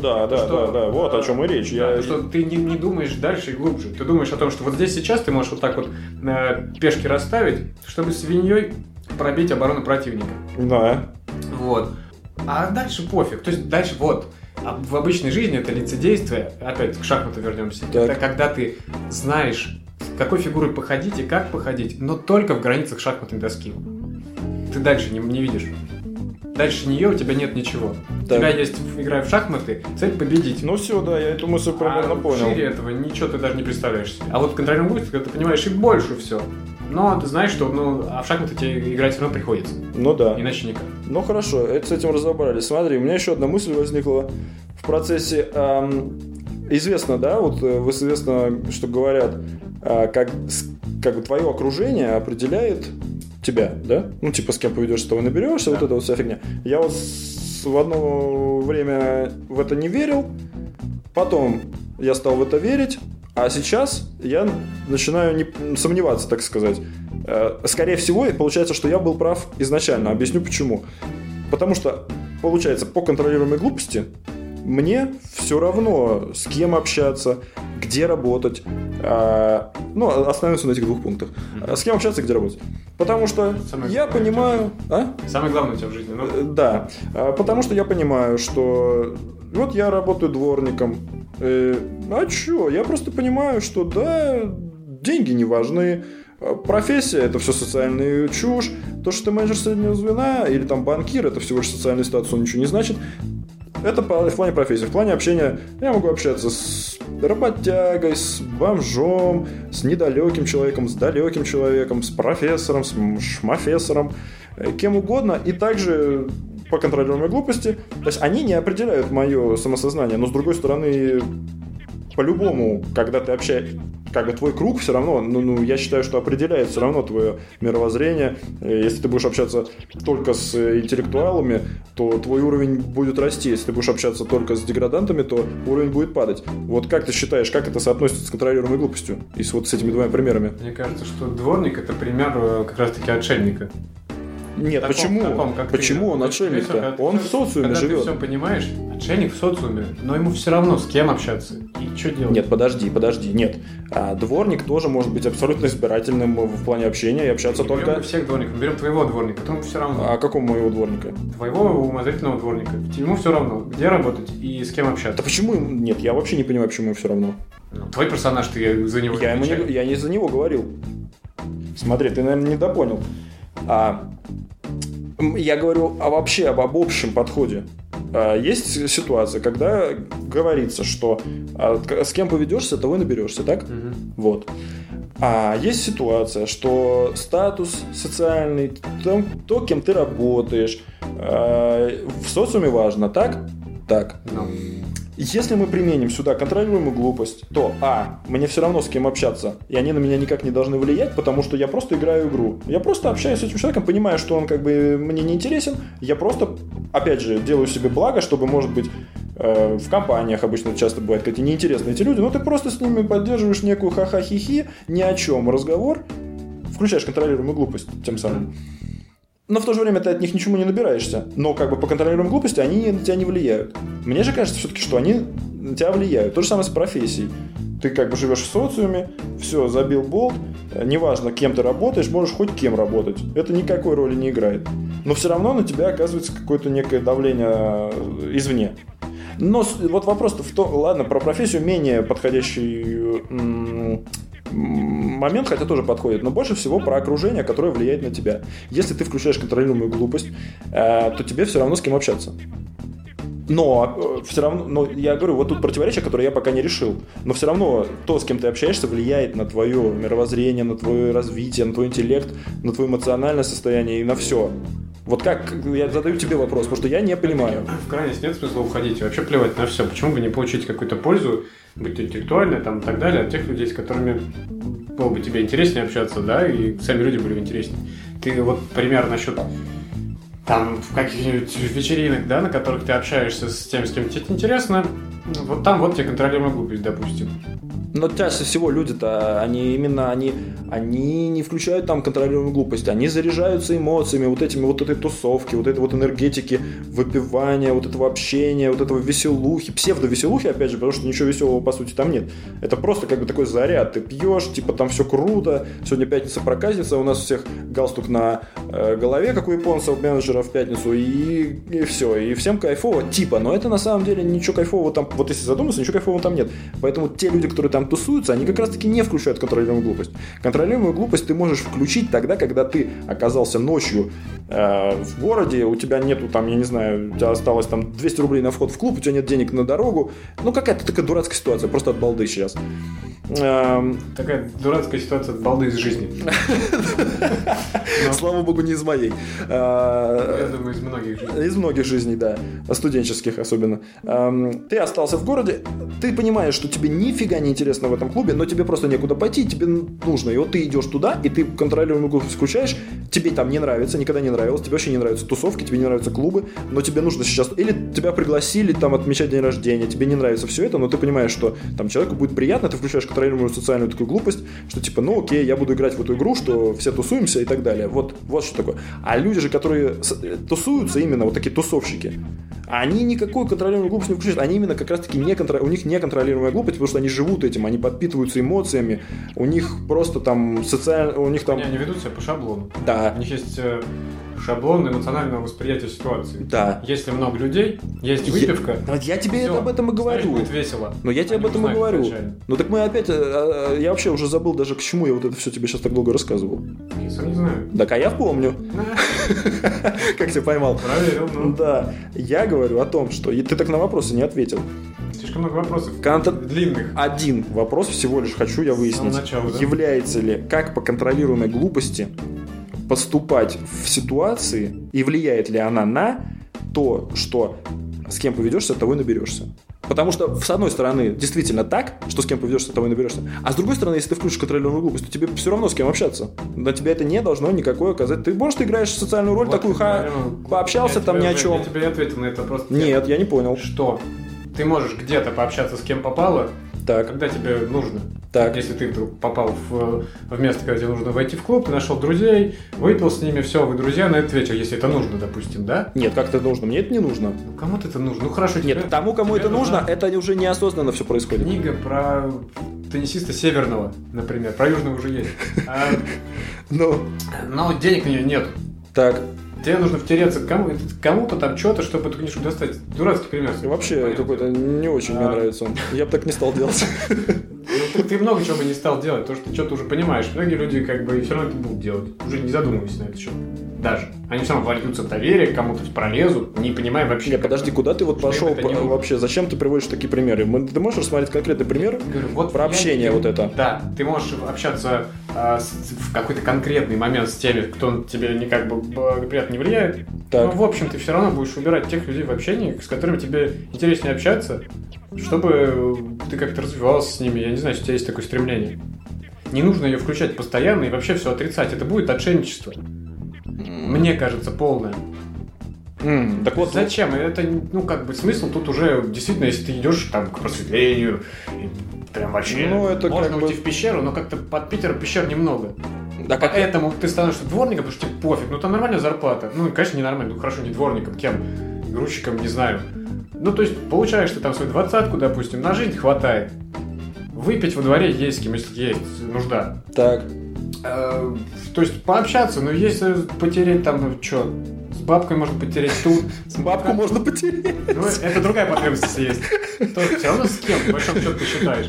Да, вот о чем и речь. Что ты не думаешь дальше и глубже. Ты думаешь о том, что вот здесь сейчас ты можешь вот так вот пешки расставить, чтобы свиньей пробить оборону противника. Да. Вот. А дальше пофиг. То есть дальше вот. А в обычной жизни это лицедействие, опять к шахмату вернемся, так. Это когда ты знаешь, какой фигурой походить и как походить, но только в границах шахматной доски. Ты дальше не видишь. Дальше нее у тебя нет ничего. Так. У тебя есть, играя в шахматы, цель победить. Ну все, да, я эту мысль примерно понял. Шире этого ничего ты даже не представляешь себе. А вот в контрольном глупости, когда ты понимаешь и больше все, но ты знаешь, что а в шахматы тебе играть все равно приходится. Ну да. Иначе никак. Ну хорошо, это с этим разобрались. Смотри, у меня еще одна мысль возникла в процессе. Известно, да, вот известно, что говорят, как бы твое окружение определяет тебя, да? Ну, типа, с кем поведешь, с тобой наберешься, да. Вот это вот вся фигня. Я вот в одно время в это не верил, потом я стал в это верить, а сейчас я начинаю сомневаться, так сказать. Скорее всего, получается, что я был прав изначально. Объясню почему. Потому что, получается, по контролируемой глупости мне все равно, с кем общаться, где работать. Остановимся на этих двух пунктах. С кем общаться и где работать. Потому что я понимаю... Самое главное у тебя в жизни. Да. Потому что я понимаю, что вот я работаю дворником. А чё? Я просто понимаю, что да, деньги не важны. Профессия – это все социальная чушь. То, что ты менеджер среднего звена или там банкир – это всего лишь социальный статус, он ничего не значит. Это в плане профессии. В плане общения я могу общаться с работягой, с бомжом, с недалеким человеком, с далеким человеком, с профессором, с шмафессором, кем угодно. И также по контролируемой глупости. То есть они не определяют мое самосознание, но с другой стороны, по-любому, когда ты общаешься... как бы твой круг все равно, я считаю, что определяет все равно твое мировоззрение. Если ты будешь общаться только с интеллектуалами, то твой уровень будет расти. Если ты будешь общаться только с деградантами, то уровень будет падать. Вот как ты считаешь, как это соотносится с контролируемой глупостью? И вот с этими двумя примерами. Мне кажется, что дворник — это пример как раз-таки отшельника. Нет, почему он отшельник-то? Он в социуме живет. Ты все понимаешь, отшельник в социуме, но ему все равно с кем общаться и что делать. Нет, подожди, нет. Дворник тоже может быть абсолютно избирательным в плане общения и общаться не только... Берем всех дворников, берем твоего дворника, тому все равно. А какому моего дворника? Твоего умозрительного дворника. Ему все равно, где работать и с кем общаться. Да почему? Нет, я вообще не понимаю, почему ему все равно. Твой персонаж, ты за него отвечаешь. Я не за него говорил. Смотри, ты, наверное, недопонял. Я говорю вообще об общем подходе. Есть ситуация, когда говорится, что с кем поведешься, того и наберешься, так? Вот. А есть ситуация, что статус социальный, то, кем ты работаешь, в социуме важно, так? Так. Если мы применим сюда контролируемую глупость, то мне все равно с кем общаться, и они на меня никак не должны влиять, потому что я просто играю игру. Я просто общаюсь с этим человеком, понимаю, что он как бы мне не интересен, я просто, опять же, делаю себе благо, чтобы, может быть, в компаниях обычно часто бывает, какие неинтересные эти люди, но ты просто с ними поддерживаешь некую ха-ха-хи-хи, ни о чем разговор, включаешь контролируемую глупость тем самым. Но в то же время ты от них ничему не набираешься. Но как бы по контролируемой глупости они на тебя не влияют. Мне же кажется все-таки, что они на тебя влияют. То же самое с профессией. Ты как бы живешь в социуме, все, забил болт, неважно, кем ты работаешь, можешь хоть кем работать. Это никакой роли не играет. Но все равно на тебя оказывается какое-то некое давление извне. Но вот вопрос в том, ладно, про профессию менее подходящий момент, хотя тоже подходит, но больше всего про окружение, которое влияет на тебя. Если ты включаешь контролируемую глупость, то тебе все равно с кем общаться. Но все равно, я говорю, вот тут противоречие, которое я пока не решил. Но все равно то, с кем ты общаешься, влияет на твое мировоззрение, на твое развитие, на твой интеллект, на твое эмоциональное состояние и на все. Вот как, я задаю тебе вопрос, потому что я не понимаю. В крайность нет смысла уходить, вообще плевать на все. Почему бы не получить какую-то пользу, быть интеллектуальной там, и так далее, от тех людей, с которыми было бы тебе интереснее общаться, да, и сами люди были бы интереснее. Ты вот пример насчет там в каких-нибудь вечеринок, да, на которых ты общаешься с тем, с кем тебе интересно, вот там вот тебе контролируемая глупость, допустим. Но чаще всего люди-то, они не включают там контролируемую глупость, они заряжаются эмоциями, вот этой тусовки, вот этой вот энергетики, выпивания, вот этого общения, вот этого веселухи, псевдовеселухи, опять же, потому что ничего веселого по сути там нет. Это просто как бы такой заряд, ты пьешь, типа там все круто, сегодня пятница проказница, у нас у всех галстук на голове, как у японцев, менеджера в пятницу, и все, и всем кайфово, типа, но это на самом деле ничего кайфового там, вот если задуматься, ничего кайфового там нет. Поэтому те люди, которые там тусуются, они как раз-таки не включают контролируемую глупость. Контролируемую глупость ты можешь включить тогда, когда ты оказался ночью в городе, у тебя нету там, я не знаю, у тебя осталось там 200 рублей на вход в клуб, у тебя нет денег на дорогу. Ну, какая-то такая дурацкая ситуация, просто от балды сейчас. Такая дурацкая ситуация от балды из жизни. Слава богу, не из моей. Я думаю, из многих жизней. Из многих жизней, да. Студенческих особенно. Ты остался в городе, ты понимаешь, что тебе нифига не интересно в этом клубе, но тебе просто некуда пойти, тебе нужно. И вот ты идешь туда, и ты контролируемую глупость включаешь, тебе там не нравится, никогда не нравилось, тебе вообще не нравятся тусовки, тебе не нравятся клубы, но тебе нужно сейчас... Или тебя пригласили там отмечать день рождения, тебе не нравится все это, но ты понимаешь, что там человеку будет приятно, ты включаешь контролируемую социальную такую глупость, что типа, ну окей, я буду играть в эту игру, что все тусуемся и так далее. Вот что такое. А люди же, которые тусуются, именно вот такие тусовщики, они никакую контролируемую глупость не включают, они именно как раз-таки у них неконтролируемая глупость, потому что они живут этим, они подпитываются эмоциями, у них просто там у них там... Они ведут себя по шаблону. Да. У них есть шаблон эмоционального восприятия ситуации. Да. Если много людей, есть выпивка. Я тебе об этом и говорю. Значит, будет весело. Но я тебе об этом и говорю. Ну так мы опять... Я вообще уже забыл даже, к чему я вот это все тебе сейчас так долго рассказывал. Я сам не знаю. Так, а я помню. Как тебя поймал. Проверил, ну. Да. Я говорю о том, что... Ты так на вопросы не ответил. Слишком много вопросов длинных. Один вопрос всего лишь хочу я выяснить. Начала, да? Является ли, как по контролируемой глупости поступать в ситуации, и влияет ли она на то, что с кем поведешься, того и наберешься? Потому что, с одной стороны, действительно так, что с кем поведешься, того и наберешься. А с другой стороны, если ты включишь контролируемую глупость, то тебе все равно с кем общаться. На тебя это не должно никакой оказать. Ты, может, играешь социальную роль, вот, такую, пообщался там ни о чем. Я тебе ответил на это просто. Нет, я не понял. Что? Ты можешь где-то пообщаться с кем попало, так. Когда тебе нужно. Так. Если ты вдруг попал в место, когда тебе нужно войти в клуб, ты нашел друзей, выпил с ними, все, вы друзья на этот вечер, если это нужно, допустим, да? Нет, как это нужно? Мне это не нужно. Ну, кому-то это нужно. Ну, хорошо, тебе... Нет, тому, кому это нужно, это уже неосознанно все происходит. Книга про теннисиста Северного, например. Про Южного уже есть. Но денег на нее нет. Так. Тебе нужно втереться кому-то там что-то, чтобы эту книжку достать. Дурацкий пример. И вообще какой-то не очень мне нравится он. Я бы так не стал делать. Ты много чего бы не стал делать, потому что ты что-то уже понимаешь. Многие люди как бы все равно это будут делать, уже не задумываясь на это счет. Даже. Они все равно вольются в доверие, кому-то пролезут, не понимая вообще. Нет, подожди, куда ты вот пошел вообще? Зачем ты приводишь такие примеры? Ты можешь рассмотреть конкретный пример про общение вот это? Да, ты можешь общаться в какой-то конкретный момент с теми, кто тебе никак бы приятно не влияет. Так. Но в общем ты все равно будешь выбирать тех людей в общении, с которыми тебе интереснее общаться, чтобы ты как-то развивался с ними. Я не знаю, если у тебя есть такое стремление. Не нужно ее включать постоянно и вообще все отрицать. Это будет отшельничество. Мне кажется, полное. Так вот, зачем? Это, смысл тут уже, действительно, если ты идешь там к просветлению, прям вообще, это можно уйти в пещеру, но как-то под Питером пещер немного. Да, поэтому ты становишься дворником, потому что тебе пофиг, там нормальная зарплата. Конечно, не нормально, хорошо, не дворником, кем? Грузчиком, не знаю. То есть, получаешь ты там свою 20-ку, допустим, на жизнь хватает. Выпить во дворе есть с кем, если есть нужда. Так. То есть пообщаться, но если потереть там, что, с бабкой можно потереть тут. С бабку можно потереть. Это другая потребность, если есть. То все равно с кем, по большому счету, ты считаешь.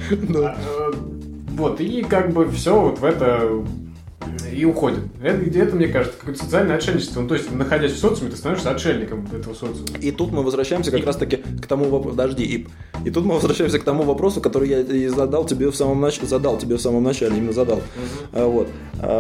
Вот, и как бы все вот в это и уходит. Это, мне кажется, какое-то социальное отшельничество. То есть, находясь в социуме, ты становишься отшельником этого социума. И тут мы возвращаемся как раз-таки к тому вопросу. Подожди, И тут мы возвращаемся к тому вопросу, который я и задал тебе в самом начале, именно задал. Вот.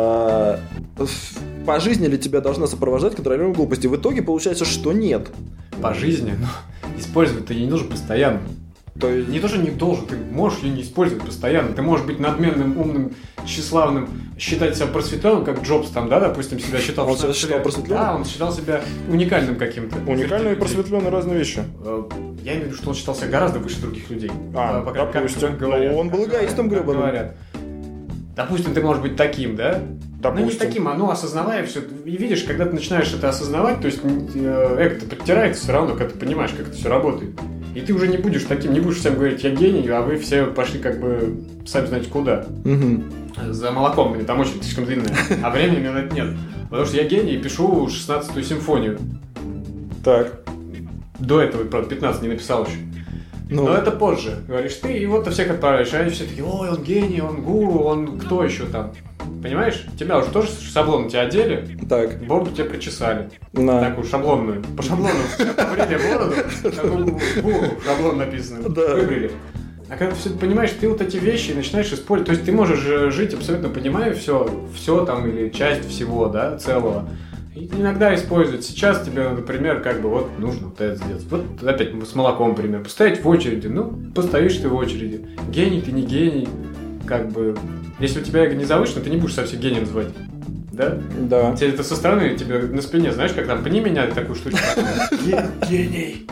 По жизни ли тебя должна сопровождать контролируемая глупость? И в итоге получается, что нет. По жизни? Но использовать-то ей не нужно постоянно. То есть... Не то, что не должен, ты можешь ее не использовать постоянно. Ты можешь быть надменным, умным, тщеславным, считать себя просветленным, как Джобс там, да, допустим, себя считал. Он себя считал просветленным? Да, он считал себя уникальным каким-то. Уникальный и просветленный разные вещи. Я имею в виду, что он считал себя гораздо выше других людей. Допустим. Он был эгоистом, гребаным. Допустим, ты можешь быть таким, да? Допустим. Не таким, осознавая все. И видишь, когда ты начинаешь это осознавать, то есть эго-то подтирается все равно, когда ты понимаешь, как это все работает. И ты уже не будешь таким, не будешь всем говорить, я гений, а вы все пошли как бы сами знаете куда. За молоком, там очередь слишком длинная. А времени на это нет. Потому что я гений и пишу 16-ю симфонию. Так. До этого, правда, 15 не написал еще. Но это позже, говоришь ты, и вот ты всех отправляешь, а они все такие, ой, он гений, он гуру, он кто еще там. Понимаешь? Тебя уже тоже шаблон тебя одели, так. Бороду тебе причесали. Такую шаблонную. По шаблону побрили бороду, такую гуру, шаблон написано, выбрили. А когда ты все понимаешь, ты вот эти вещи начинаешь использовать. То есть ты можешь жить абсолютно понимая все там или часть всего, да, целого. И иногда использовать. Сейчас тебе, например, как бы вот нужно вот это сделать. Вот опять с молоком, например. Постоять в очереди. Постоишь ты в очереди. Гений ты не гений. Как бы, если у тебя эго не завышено, ты не будешь совсем гением называть. Да? Да. Тебе это со стороны, тебе на спине, знаешь, как там, пни меня такую штучку. Гений.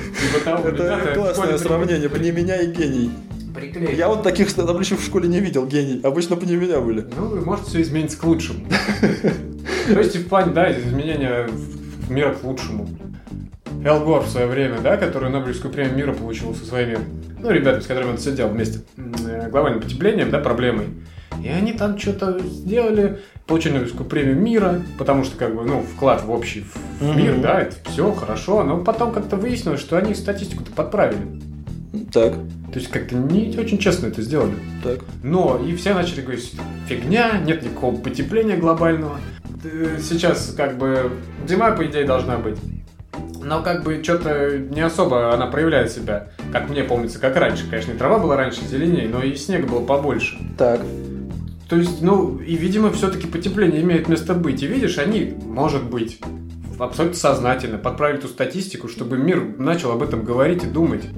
Это классное сравнение. Пни меня и гений. Приклеить. Я вот таких табличек в школе не видел, гений. Обычно пни меня были. Может все изменится к лучшему. То есть, в плане, да, изменения мира к лучшему. Эл Гор в свое время, да, который Нобелевскую премию мира получил со своими, ребятами, с которыми он сидел вместе, глобальным потеплением, да, проблемой. И они там что-то сделали, получили Нобелевскую премию мира, потому что, как бы, вклад в общий мир, да, это все хорошо, но потом как-то выяснилось, что они статистику-то подправили. Так. То есть как-то не очень честно это сделали. Так. Но и все начали говорить, фигня, нет никакого потепления глобального. Сейчас как бы зима, по идее, должна быть. Но как бы что-то не особо она проявляет себя, как мне помнится, как раньше. Конечно, и трава была раньше зеленее, но и снега было побольше. Так. То есть, и, видимо, все-таки потепление имеет место быть. И видишь, они, может быть, абсолютно сознательно подправили ту статистику, чтобы мир начал об этом говорить и думать.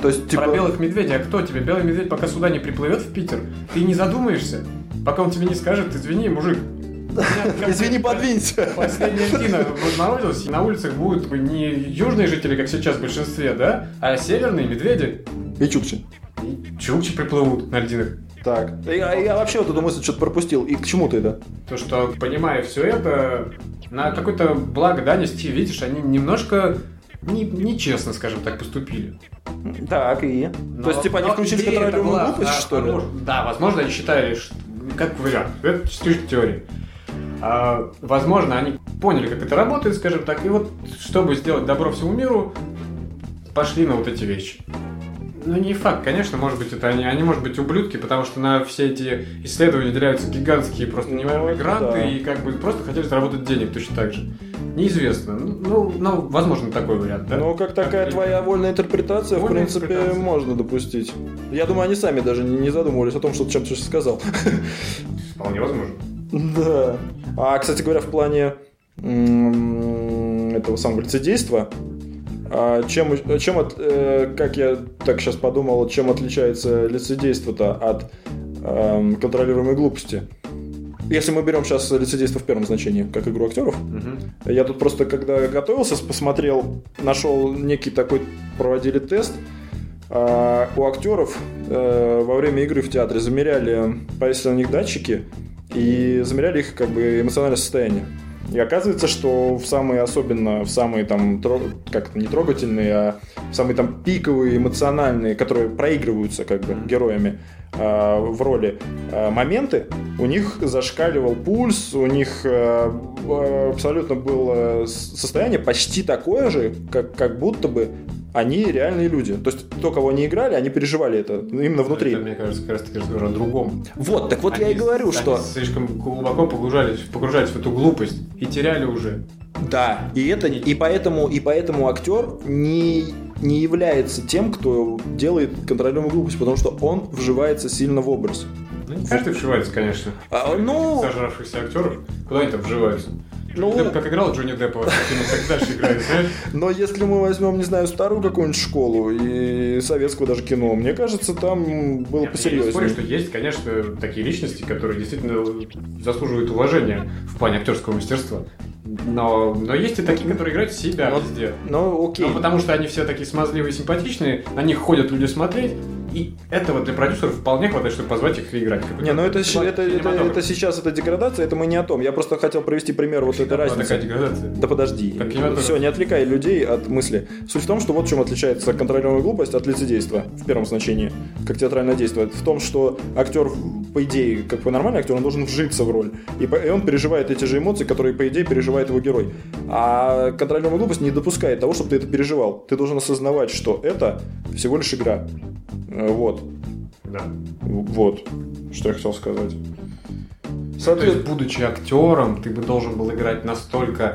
То есть, типа... Про белых медведей. А кто тебе? Белый медведь пока сюда не приплывет в Питер, ты не задумаешься, пока он тебе не скажет: извини, мужик. Извини, подвинься. Последняя льдина разморозилась, и на улицах будут не южные жители, как сейчас в большинстве, да, а северные медведи. И чукчи. И чукчи приплывут на льдинах. Так, я вообще вот эту мысль что-то пропустил. И к чему ты это? То, что, понимая все это, на какое-то благо, да, нести, видишь, они немножко нечестно, скажем так, поступили. Так, и? То есть, типа, они включили контролируемую глупость, что ли? Да, возможно, они считали, что, как вариант, это чисто теория. Возможно, они поняли, как это работает, скажем так, и вот, чтобы сделать добро всему миру, пошли на вот эти вещи. Ну, не факт, конечно, может быть, это они, может быть, ублюдки, потому что на все эти исследования выделяются гигантские просто невероятные гранты, да. И как бы просто хотели заработать денег точно так же. Неизвестно. Ну, возможно, такой вариант, да? Ну, как такая твоя вольная интерпретация, в принципе, можно допустить. Я думаю, они сами даже не задумывались о том, что ты чем-то сейчас сказал. Вполне возможно. Да. А, кстати говоря, в плане этого самого лицедейства, как я так сейчас подумал, чем отличается лицедейство-то от контролируемой глупости? Если мы берем сейчас лицедейство в первом значении, как игру актеров, я тут просто, когда готовился, посмотрел, нашел некий такой, проводили тест. У актеров во время игры в театре замеряли, повесили на них датчики и замеряли их как бы эмоциональное состояние. И оказывается, что в самые там, как не трогательные, а в самые там пиковые, эмоциональные, которые проигрываются как бы героями в роли моменты, у них зашкаливал пульс, у них абсолютно было состояние почти такое же, как будто бы они реальные люди. То есть то, кого они играли, они переживали это именно внутри. Это, мне кажется, как раз таки разговор о другом. Вот, так вот они, я и говорю, что... слишком глубоко погружались в эту глупость и теряли уже. Да, и поэтому актер не является тем, кто делает контролируемую глупость, потому что он вживается сильно в образ. Ну, не каждый вживается, конечно. Сожравшихся актеров, куда они там вживаются? Депп как играл Джонни Деппа, так дальше играет, знаешь? Но если мы возьмем, не знаю, старую какую-нибудь школу и советского даже кино, мне кажется, там было посерьезнее. Я не спорю, что есть, конечно, такие личности, которые действительно заслуживают уважения в плане актерского мастерства. Но есть и такие, которые играют себя везде. Окей. Потому что они все такие смазливые и симпатичные, на них ходят люди смотреть, и этого для продюсеров вполне хватает, чтобы позвать их и играть. Это сейчас это деградация, это мы не о том. Я просто хотел провести пример вот этой разницы. Такая деградация. Да подожди. Все, не отвлекай людей от мысли. Суть в том, что вот в чем отличается контролируемая глупость от лицедейства в первом значении, как театральное действие. В том, что актер, по идее, как бы нормальный актер, он должен вжиться в роль. И он переживает эти же эмоции, которые, по идее, переживает его герой. А контролируемая глупость не допускает того, чтобы ты это переживал. Ты должен осознавать, что это всего лишь игра. Вот. Да. Вот, что я хотел сказать. То есть, будучи актером, ты бы должен был играть настолько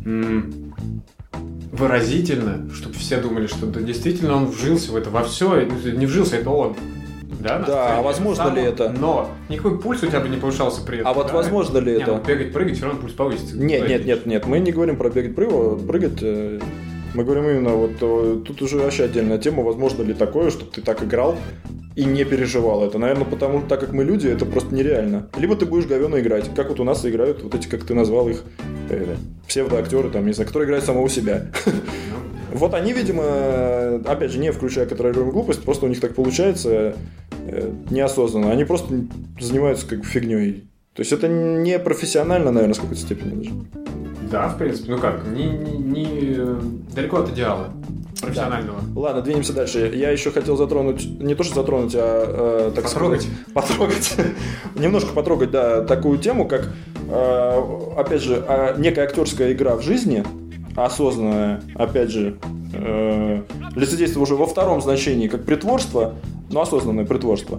выразительно, чтобы все думали, что да, действительно он вжился в это, во все, не вжился, это он. Да, а возможно ли это? Но никакой пульс у тебя бы не повышался при этом. А вот возможно ли это? Бегать, прыгать, все равно пульс повысится. Нет, мы не говорим про бегать, прыгать. Мы говорим именно вот тут уже вообще отдельная тема, возможно ли такое, чтобы ты так играл и не переживал это. Наверное, потому что так как мы люди, это просто нереально. Либо ты будешь говёно играть, как вот у нас играют вот эти, как ты назвал их, псевдоактеры, там, не знаю, которые играют самого себя. Вот они, видимо, опять же, не включая контролируемую глупость, просто у них так получается неосознанно. Они просто занимаются как бы фигней. То есть это не профессионально, наверное, с какой-то степени даже. Да, в принципе, ну как, не далеко от идеала профессионального. Да. Ладно, двинемся дальше. Я еще хотел затронуть, не то что затронуть, а так потрогать. Немножко потрогать, да, такую тему, как, опять же, некая актерская игра в жизни, осознанное, опять же, лицедейство уже во втором значении, как притворство, но осознанное притворство.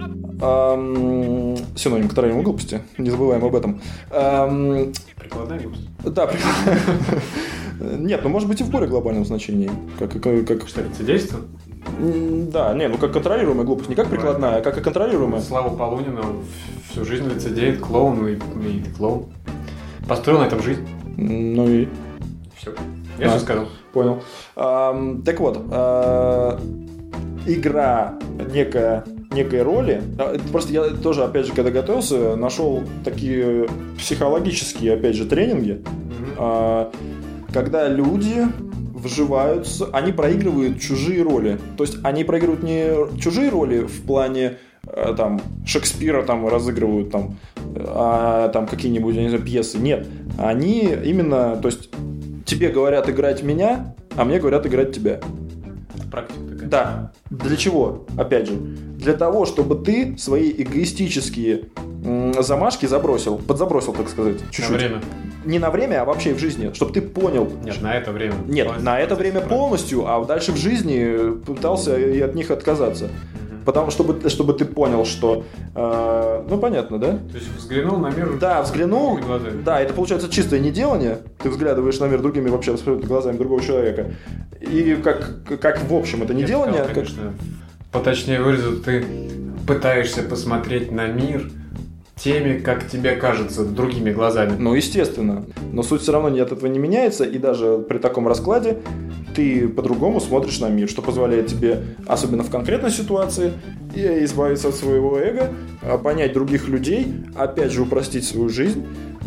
Синоним контролируемой глупости, не забываем об этом. Прикладная глупость? Да, нет, ну может быть и в более глобальном значении. Как... Что, лицедейство? Да, не, ну как контролируемая глупость, не как прикладная, а как и контролируемая. Слава Полунину всю жизнь лицедеет, клоун и клоун. Построил на этом жизнь. Ну и... Все. Я все сказал. Понял. Так вот, игра некой роли. Просто я тоже, опять же, когда готовился, нашел такие психологические, опять же, тренинги, когда люди вживаются, они проигрывают чужие роли. То есть они проигрывают не чужие роли в плане там Шекспира там разыгрывают там, там какие-нибудь, я не знаю, пьесы. Нет, они именно, то есть тебе говорят играть меня, а мне говорят играть тебя. Практика такая. Да. Для чего? Опять же, для того, чтобы ты свои эгоистические замашки подзабросил, так сказать, чуть-чуть. На время. Не на время, а вообще в жизни, чтобы ты понял. Нет, на это время. Нет, на это время полностью, а дальше в жизни пытался и от них отказаться. Потому чтобы ты понял, что... ну, понятно, да? То есть взглянул на мир... Да, взглянул. Глазами. Да, это получается чистое неделание. Ты взглядываешь на мир другими вообще абсолютно глазами другого человека. И как в общем это неделание... Я бы сказал, конечно, поточнее выразил, ты пытаешься посмотреть на мир теми, как тебе кажется, другими глазами. Ну, естественно. Но суть все равно от этого не меняется. И даже при таком раскладе ты по-другому смотришь на мир, что позволяет тебе, особенно в конкретной ситуации, избавиться от своего эго, понять других людей, опять же упростить свою жизнь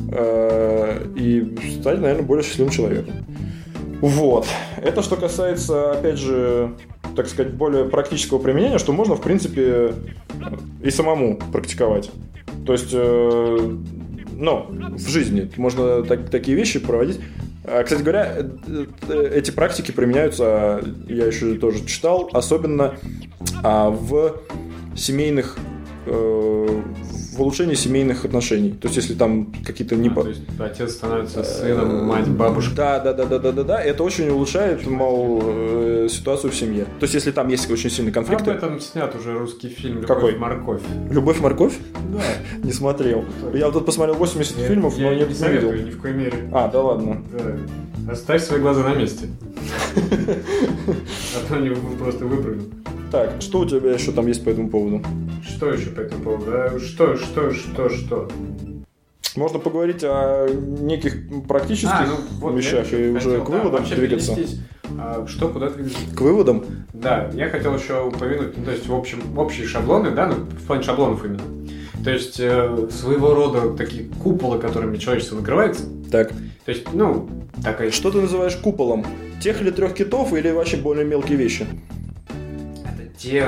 и стать, наверное, более счастливым человеком. Вот. Это что касается, опять же, так сказать, более практического применения, что можно, в принципе, и самому практиковать. То есть, ну, в жизни можно такие вещи проводить. Кстати говоря, эти практики применяются, я еще тоже читал, особенно в семейных, в улучшении семейных отношений. То есть, если там какие-то то есть, отец становится сыном, мать, бабушка. Да. Это очень улучшает, мол, ситуацию в семье. То есть, если там есть очень сильные конфликты. Об этом снят уже русский фильм «Любовь-морковь». «Любовь-морковь»? Да. Не смотрел. Я вот тут посмотрел 80 фильмов, но не советую, видел. Ни в коей мере. Да ладно. Да. Оставь свои глаза на месте. А то они просто выпрыгнут. Так, что у тебя еще там есть по этому поводу? Что еще по этому поводу? Да? Что? Можно поговорить о неких практических вещах и уже к выводам двигаться. Куда двигаться? К выводам? Да, я хотел еще упомянуть, то есть, в общем, общие шаблоны, да, в плане шаблонов именно. То есть, своего рода такие куполы, которыми человечество накрывается. Так. То есть, такая... Что ты называешь куполом? Тех или 3 китов или вообще более мелкие вещи? Это те...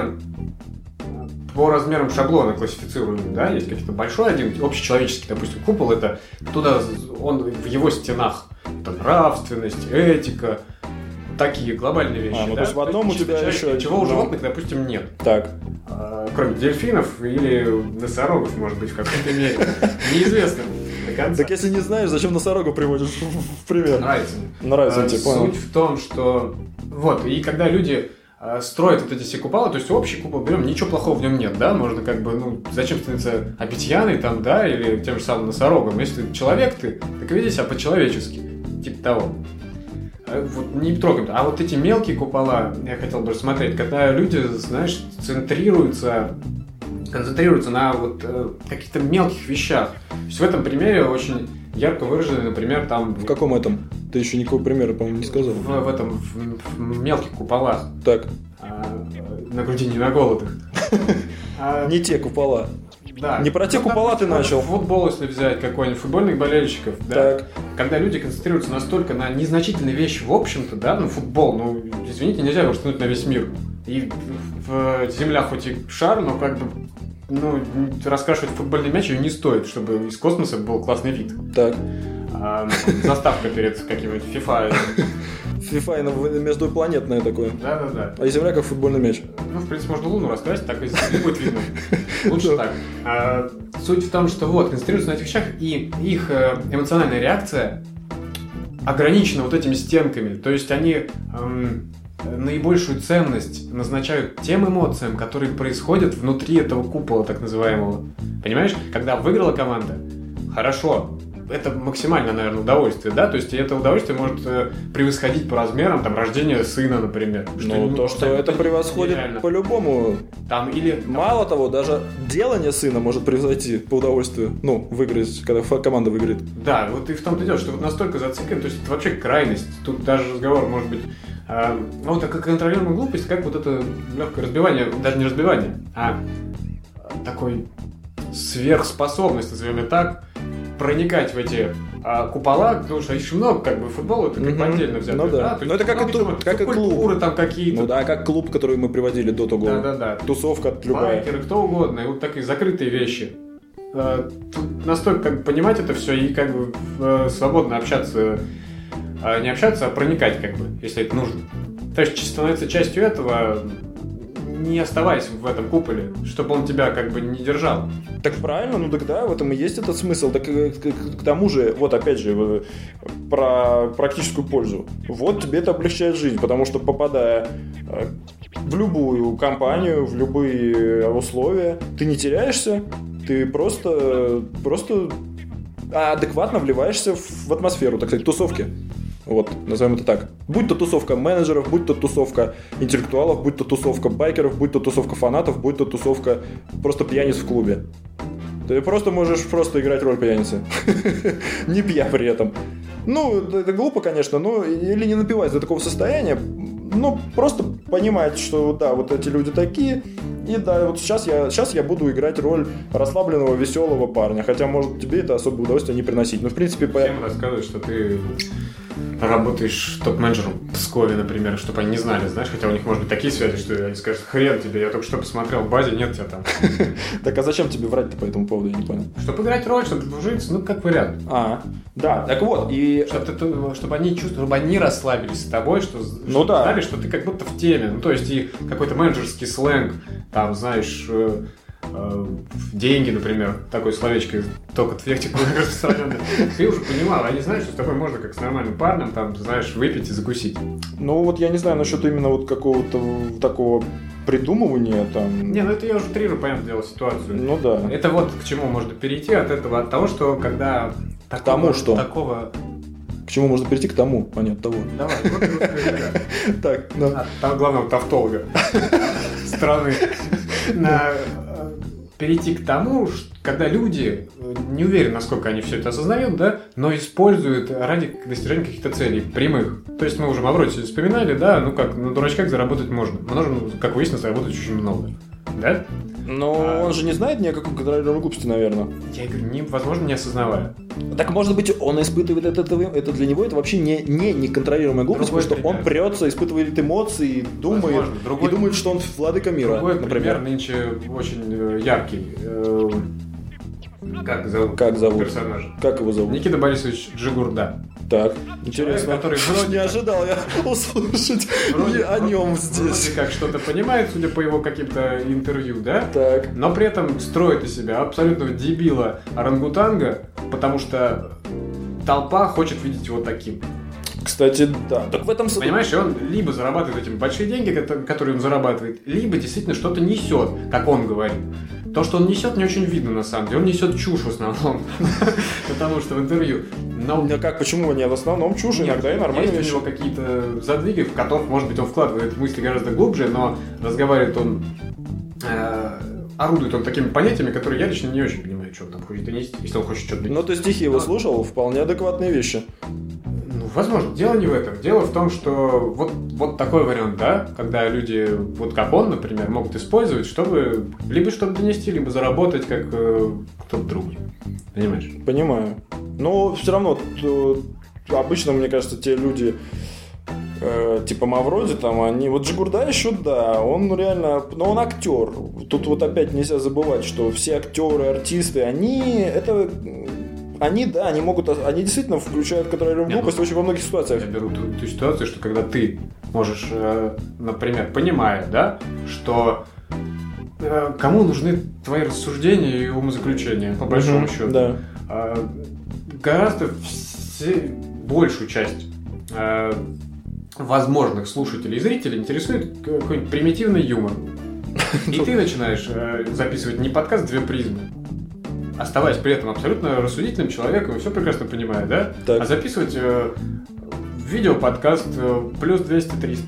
По размерам шаблона классифицируемые, да, есть какой-то большой один, общечеловеческий, допустим, купол, это туда, он в его стенах, это нравственность, этика, такие глобальные вещи, да? То есть в одном у тебя еще... Чего у животных, допустим, нет. Так. Кроме дельфинов или носорогов, может быть, в какой-то мере. Неизвестно до конца. Так если не знаешь, зачем носорога приводишь в пример? Нравится тебе, понял. Суть в том, что... Вот, и когда люди... строят вот эти все купола, то есть общий купол берем, ничего плохого в нем нет, да, можно как бы, зачем становиться обезьяной там, да, или тем же самым носорогом, если ты человек, так веди себя по-человечески, типа того. Вот не трогаем. А вот эти мелкие купола, я хотел бы рассмотреть, когда люди, знаешь, концентрируются на вот каких-то мелких вещах. То есть в этом примере очень ярко выражены, например, там... В каком этом? Ты еще никакого примера, по-моему, не сказал. В мелких куполах. Так. На груди не на голодах. Не те купола. Да. Не про те купола ты начал. Футбол, если взять какой-нибудь, футбольных болельщиков, да. Когда люди концентрируются настолько на незначительные вещи, в общем-то, да, футбол, извините, нельзя его растянуть на весь мир. И Земля хоть и шар, но как бы, раскрашивать футбольный мяч ее не стоит, чтобы из космоса был классный вид. Так. Заставка перед каким-нибудь FIFA. FIFA междупланетное такое. Да. А Земля как футбольный мяч. В принципе, можно Луну раскрасить, так и будет видно. Лучше так. Суть в том, что концентрируются на этих вещах, и их эмоциональная реакция ограничена вот этими стенками. То есть они наибольшую ценность назначают тем эмоциям, которые происходят внутри этого купола, так называемого. Понимаешь? Когда выиграла команда, хорошо. Это максимальное, наверное, удовольствие, да? То есть это удовольствие может превосходить по размерам, там, рождение сына, например. Что это превосходит нереально. По-любому. Мало того, даже делание сына может превзойти по удовольствию. Выиграть, когда команда выиграет. Да, вот и в том-то дело, что вот настолько зациклен, то есть это вообще крайность. Тут даже разговор может быть Вот такая контролируемая глупость, как вот это легкое разбивание, даже не разбивание, а такой сверхспособность, назовем ее так, проникать в эти купола, потому что еще много, как бы, футбола, это как бы отдельно взято. Ну да. Но это как и клуб. Там какие-то. Ну да, как клуб, который мы приводили до того. Да. Тусовка любая. Байкеры, кто угодно, и вот такие закрытые вещи. Тут настолько как бы понимать это все и как бы свободно общаться, не общаться, а проникать, как бы, если это нужно. То есть становиться частью этого, не оставаясь в этом куполе, чтобы он тебя как бы не держал. Так правильно, ну так да, в этом и есть этот смысл. Так к тому же, вот опять же, про практическую пользу. Вот тебе это облегчает жизнь, потому что попадая в любую компанию, в любые условия, ты не теряешься, ты просто адекватно вливаешься в атмосферу, так сказать, тусовки. Вот, назовем это так. Будь то тусовка менеджеров, будь то тусовка интеллектуалов, будь то тусовка байкеров, будь то тусовка фанатов, будь то тусовка просто пьяниц в клубе. Ты просто можешь играть роль пьяницы. Не пья при этом. Ну, это глупо, конечно, но или не напивать до такого состояния, но просто понимать, что да, вот эти люди такие, и да, вот сейчас я буду играть роль расслабленного, веселого парня, хотя, может, тебе это особое удовольствие не приносить. Но, в принципе... Всем рассказывают, что ты работаешь топ-менеджером в Пскове, например, чтобы они не знали, знаешь, хотя у них, может быть, такие связи, что они скажут: хрен тебе, я только что посмотрел в базе, нет тебя там. Так а зачем тебе врать-то по этому поводу, я не понял. Чтобы играть роль, чтобы дружиться, ну, как вариант. Да, так вот, и... Чтобы они чувствовали, чтобы они расслабились с тобой, что знали, что ты как будто в теме. Ну, то есть, и какой-то менеджерский сленг, там, знаешь... деньги, например, такое словечко только в вертику распространенное. Ты уже понимал, они знают, что с тобой можно как с нормальным парнем, там, знаешь, выпить и закусить. Ну вот я не знаю насчет именно вот какого-то такого придумывания там. Не, ну это я уже утрирую, понятное дело, ситуацию. Ну да. Это вот к чему можно перейти от того, что когда к тому, что такого. К чему можно перейти? К тому, а не от того. Давай, вот русская языка. Так, да. Там главного тавтолога страны. Перейти к тому, когда люди не уверены, насколько они все это осознают, да, но используют ради достижения каких-то целей прямых. То есть мы уже Мавроди вспоминали, да, ну как на дурачках заработать можно. Но нужно, как выяснилось, заработать очень много. Да? Но он же не знает ни о какой контролируемой глупости, наверное. Я говорю, возможно, не осознавая. Так, может быть, он испытывает это для него, это вообще не контролируемая глупость, потому что он прется, испытывает эмоции, думает, и думает, что он владыка мира, другой например. Пример нынче очень яркий. Как зовут персонажа? Как его зовут? Никита Борисович Джигурда. Так, интересно. Человек, который вроде не ожидал я услышать о нем здесь. Вроде как что-то понимает, судя по его каким-то интервью, да? Так. Но при этом строит из себя абсолютного дебила орангутанга, потому что толпа хочет видеть его таким. Кстати, да. Так в этом... Понимаешь, и он либо зарабатывает этим большие деньги, которые он зарабатывает, либо действительно что-то несет, как он говорит. То, что он несет, не очень видно на самом деле. Он несет чушь в основном, потому что в интервью. Но как, почему не в основном чушь, иногда и нормально. Есть у него какие-то задвиги, в которых, может быть, он вкладывает мысли гораздо глубже, но разговаривает он, орудует он такими понятиями, которые я лично не очень понимаю, что он там хочет донести, если он хочет что-то донести. Ну, то стихи его слушал, вполне адекватные вещи. Возможно, дело не в этом. Дело в том, что вот такой вариант, да, когда люди, вот как он, например, могут использовать, чтобы либо что-то донести, либо заработать, как кто-то другой. Понимаешь? Понимаю. Но все равно, обычно, мне кажется, те люди, типа Мавроди, там, они... Вот Джигурда еще, да, он реально... Но он актер. Тут вот опять нельзя забывать, что все актеры, артисты, они действительно включают контролируемую глупость очень во многих ситуациях. Я беру ту ситуацию, что когда ты можешь, например, понимая, да, что кому нужны твои рассуждения и умозаключения, по большому счету. Да. Гораздо большую часть возможных слушателей и зрителей интересует какой-нибудь примитивный юмор. И ты начинаешь записывать не подкаст «Две призмы», оставаясь при этом абсолютно рассудительным человеком и все прекрасно понимая, да? Так. А записывать видео-подкаст плюс 200-300.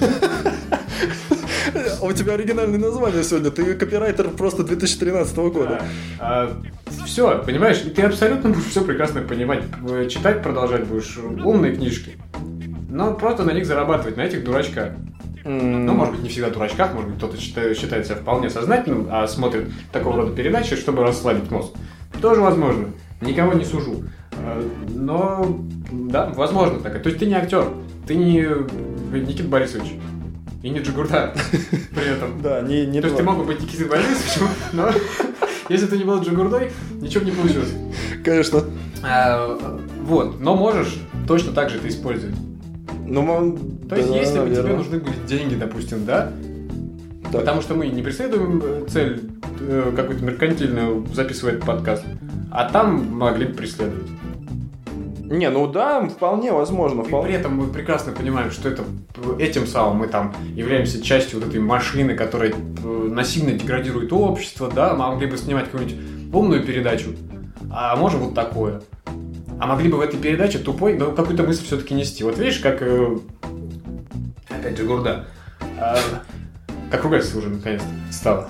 У тебя оригинальное название сегодня. Ты копирайтер просто 2013 года. Все, понимаешь? И ты абсолютно будешь все прекрасно понимать. Читать продолжать будешь умные книжки. но просто на них зарабатывать, на этих дурачках. Ну, может быть, не всегда дурачках, может быть, кто-то считает себя вполне сознательным, а смотрит такого рода передачи, чтобы расслабить мозг. Тоже возможно. Никого не сужу. Но, да, возможно такое. То есть ты не актер, ты не Никита Борисович. И не Джигурда при этом. Да, не То есть ты мог бы быть Никитой Борисовичем, но если ты не был Джигурдой, ничего бы не получилось. Конечно. Вот, но можешь точно так же это использовать. То есть, если бы тебе нужны были деньги, допустим, да? Потому что мы не преследуем цель какую-то меркантильную, записывая этот подкаст, а там могли бы преследовать. Не, ну да, вполне возможно. И при этом мы прекрасно понимаем, что этим самым мы там являемся частью вот этой машины, которая насильно деградирует общество, да, могли бы снимать какую-нибудь умную передачу, а можем вот такое. А могли бы в этой передаче тупой, но какую-то мысль все-таки нести. Вот видишь, как... Опять же, Гурда. Как ругательство уже наконец-то стало.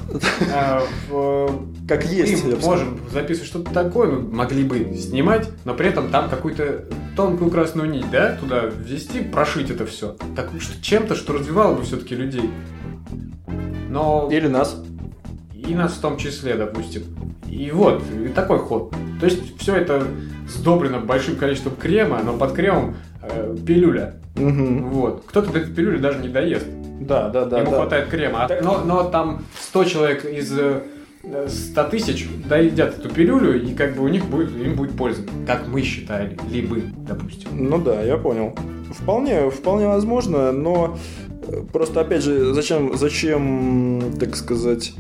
Как есть. Мы можем записывать что-то такое, могли бы снимать, но при этом там какую-то тонкую красную нить, да, туда ввести, прошить это все. Чем-то, что развивало бы все-таки людей. Но... Или нас. И нас в том числе, допустим. И вот, и такой ход. То есть все это сдобрено большим количеством крема, но под кремом пилюля. Угу. Вот. Кто-то до этой пилюли даже не доест. Да. Ему хватает крема. Но там 100 человек из 100 тысяч доедят эту пилюлю, и как бы им будет польза. Как мы считали, либо, допустим. Ну да, я понял. Вполне возможно, но просто опять же, зачем, так сказать,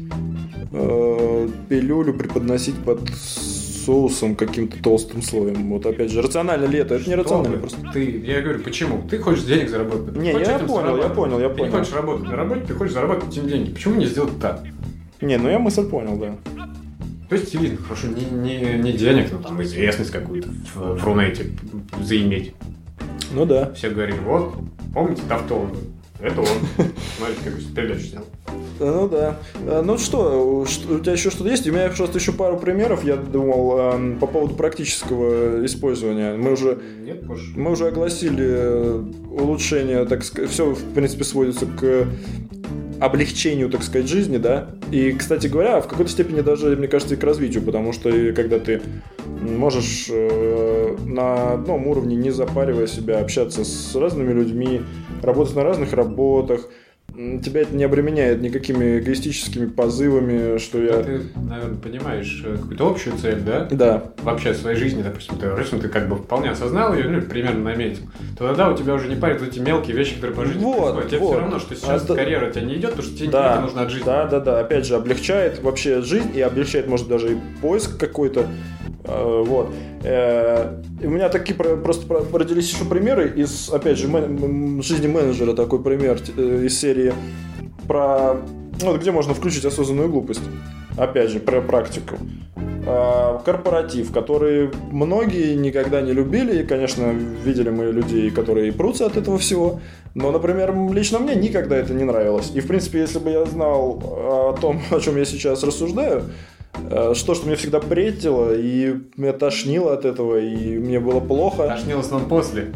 пилюлю преподносить под соусом каким-то толстым слоем. Вот опять же, рационально ли это? Это не рационально просто. Я говорю, почему? Ты хочешь денег заработать. Не, я понял. Ты не хочешь работать на работе, ты хочешь заработать этим деньги. Почему не сделать так? Не, ну я мысль понял, да. То есть, видно, хорошо, не денег, но там известность какую-то в Рунете заиметь. Ну да. Все говорили, вот, помните тавтолога? Это он. Смотрите, какую передачу снял. Ну да. Ну что, у тебя еще что-то есть? У меня просто еще пару примеров, я думал, по поводу практического использования. Мы уже огласили улучшение, так сказать, все, в принципе, сводится к облегчению, так сказать, жизни, да. И, кстати говоря, в какой-то степени даже, мне кажется, и к развитию, потому что когда ты можешь на одном уровне, не запаривая себя, общаться с разными людьми, работать на разных работах, тебя это не обременяет никакими эгоистическими позывами, что Ты, наверное, понимаешь какую-то общую цель, да? Да. Вообще в своей жизни, допустим, ты как бы вполне осознал ее, ну, примерно наметил. То тогда у тебя уже не парят эти мелкие вещи, которые по жизни происходят. Тебе все равно, что сейчас карьера у тебя не идет, потому что тебе это нужно от жизни. Да. Опять же, облегчает вообще жизнь и облегчает, может, даже и поиск какой-то. Вот. У меня такие просто родились еще примеры из, опять же, жизни менеджера. Такой пример из серии про, где можно включить осознанную глупость. Опять же, про практику. Корпоратив, который многие никогда не любили. И, конечно, видели мы людей, которые прутся от этого всего. Но, например, лично мне никогда это не нравилось. И, в принципе, если бы я знал о том, о чем я сейчас рассуждаю, что мне всегда претило, и меня тошнило от этого, и мне было плохо. Тошнило в основном после.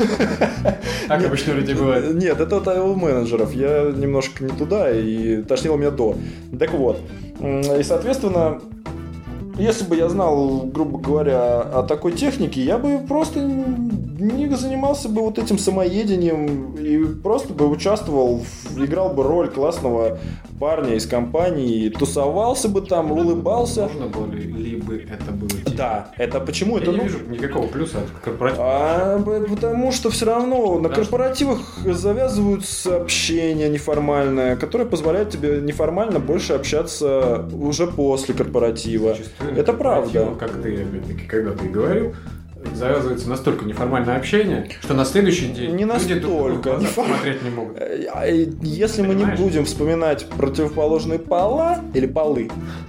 Так обычно у людей бывает. Нет, это у менеджеров. Я немножко не туда, и тошнило меня до. Так вот. И, соответственно, если бы я знал, грубо говоря, о такой технике, я бы просто не занимался бы вот этим самоедением и просто бы участвовал, играл бы роль классного парня из компании, тусовался бы там, улыбался. Можно было ли бы это было? Да, это почему? Я не вижу никакого плюса от корпоратива. Потому что все равно на корпоративах завязываются общение неформальное, которое позволяет тебе неформально больше общаться уже после корпоратива. Это правда. Как ты, опять-таки, когда ты говорил, завязывается настолько неформальное общение, что на следующий день не настолько смотреть не могут. Если мы не будем вспоминать противоположные пола или полы.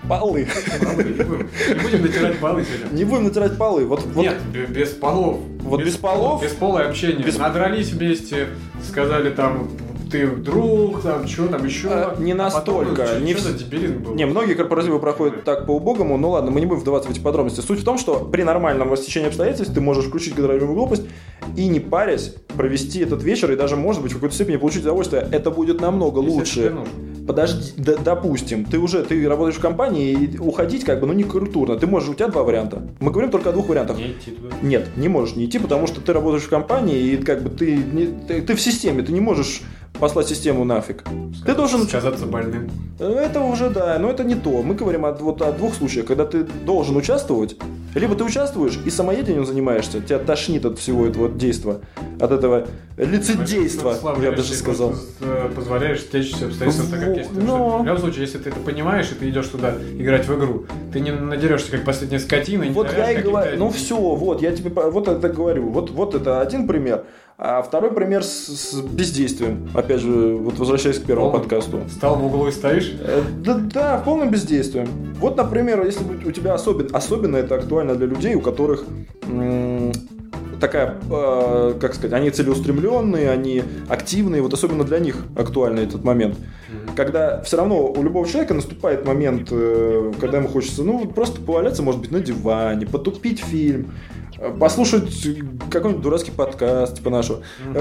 Не будем натирать полы сегодня. Не будем натирать полы. Нет, без полов. Вот без полов? Бесполое общение. Надрались вместе, сказали там ты друг, там, что там еще. Не настолько. Потом, не что за дебилизм был? Не, многие корпоративы проходят так по-убогому, ну ладно, мы не будем вдаваться в эти подробности. Суть в том, что при нормальном стечении обстоятельств ты можешь включить контролируемую глупость и не парясь провести этот вечер и даже, может быть, в какой-то степени получить удовольствие. Это будет намного лучше. Подожди, допустим, ты работаешь в компании, и уходить не культурно. Ты можешь, у тебя два варианта. Мы говорим только о двух вариантах. Не идти туда. Нет, не можешь не идти, потому что ты работаешь в компании, и ты в системе, ты не можешь послать систему нафиг. Ты должен сказаться больным. Это уже да, но это не то. Мы говорим о двух случаях, когда ты должен участвовать, либо ты участвуешь и самоедением занимаешься, тебя тошнит от всего этого действия, от этого лицедейства, я бы даже сказал. Ты позволяешь стечь все обстоятельства так, как есть. В любом случае, если ты это понимаешь, и ты идешь туда играть в игру, ты не надерешься, как последняя скотина. Вот я и говорю, ну все, вот я тебе вот это говорю. Вот это один пример. А второй пример с бездействием. Опять же, вот возвращаясь к первому подкасту. Встал в углу и стоишь? Да, в полном бездействии. Вот, например, если у тебя особенно это актуально для людей, у которых такая, как сказать, они целеустремленные, они активные, вот особенно для них актуальный этот момент. Когда все равно у любого человека наступает момент, когда ему хочется, просто поваляться, может быть, на диване, потупить фильм, послушать какой-нибудь дурацкий подкаст, типа нашего.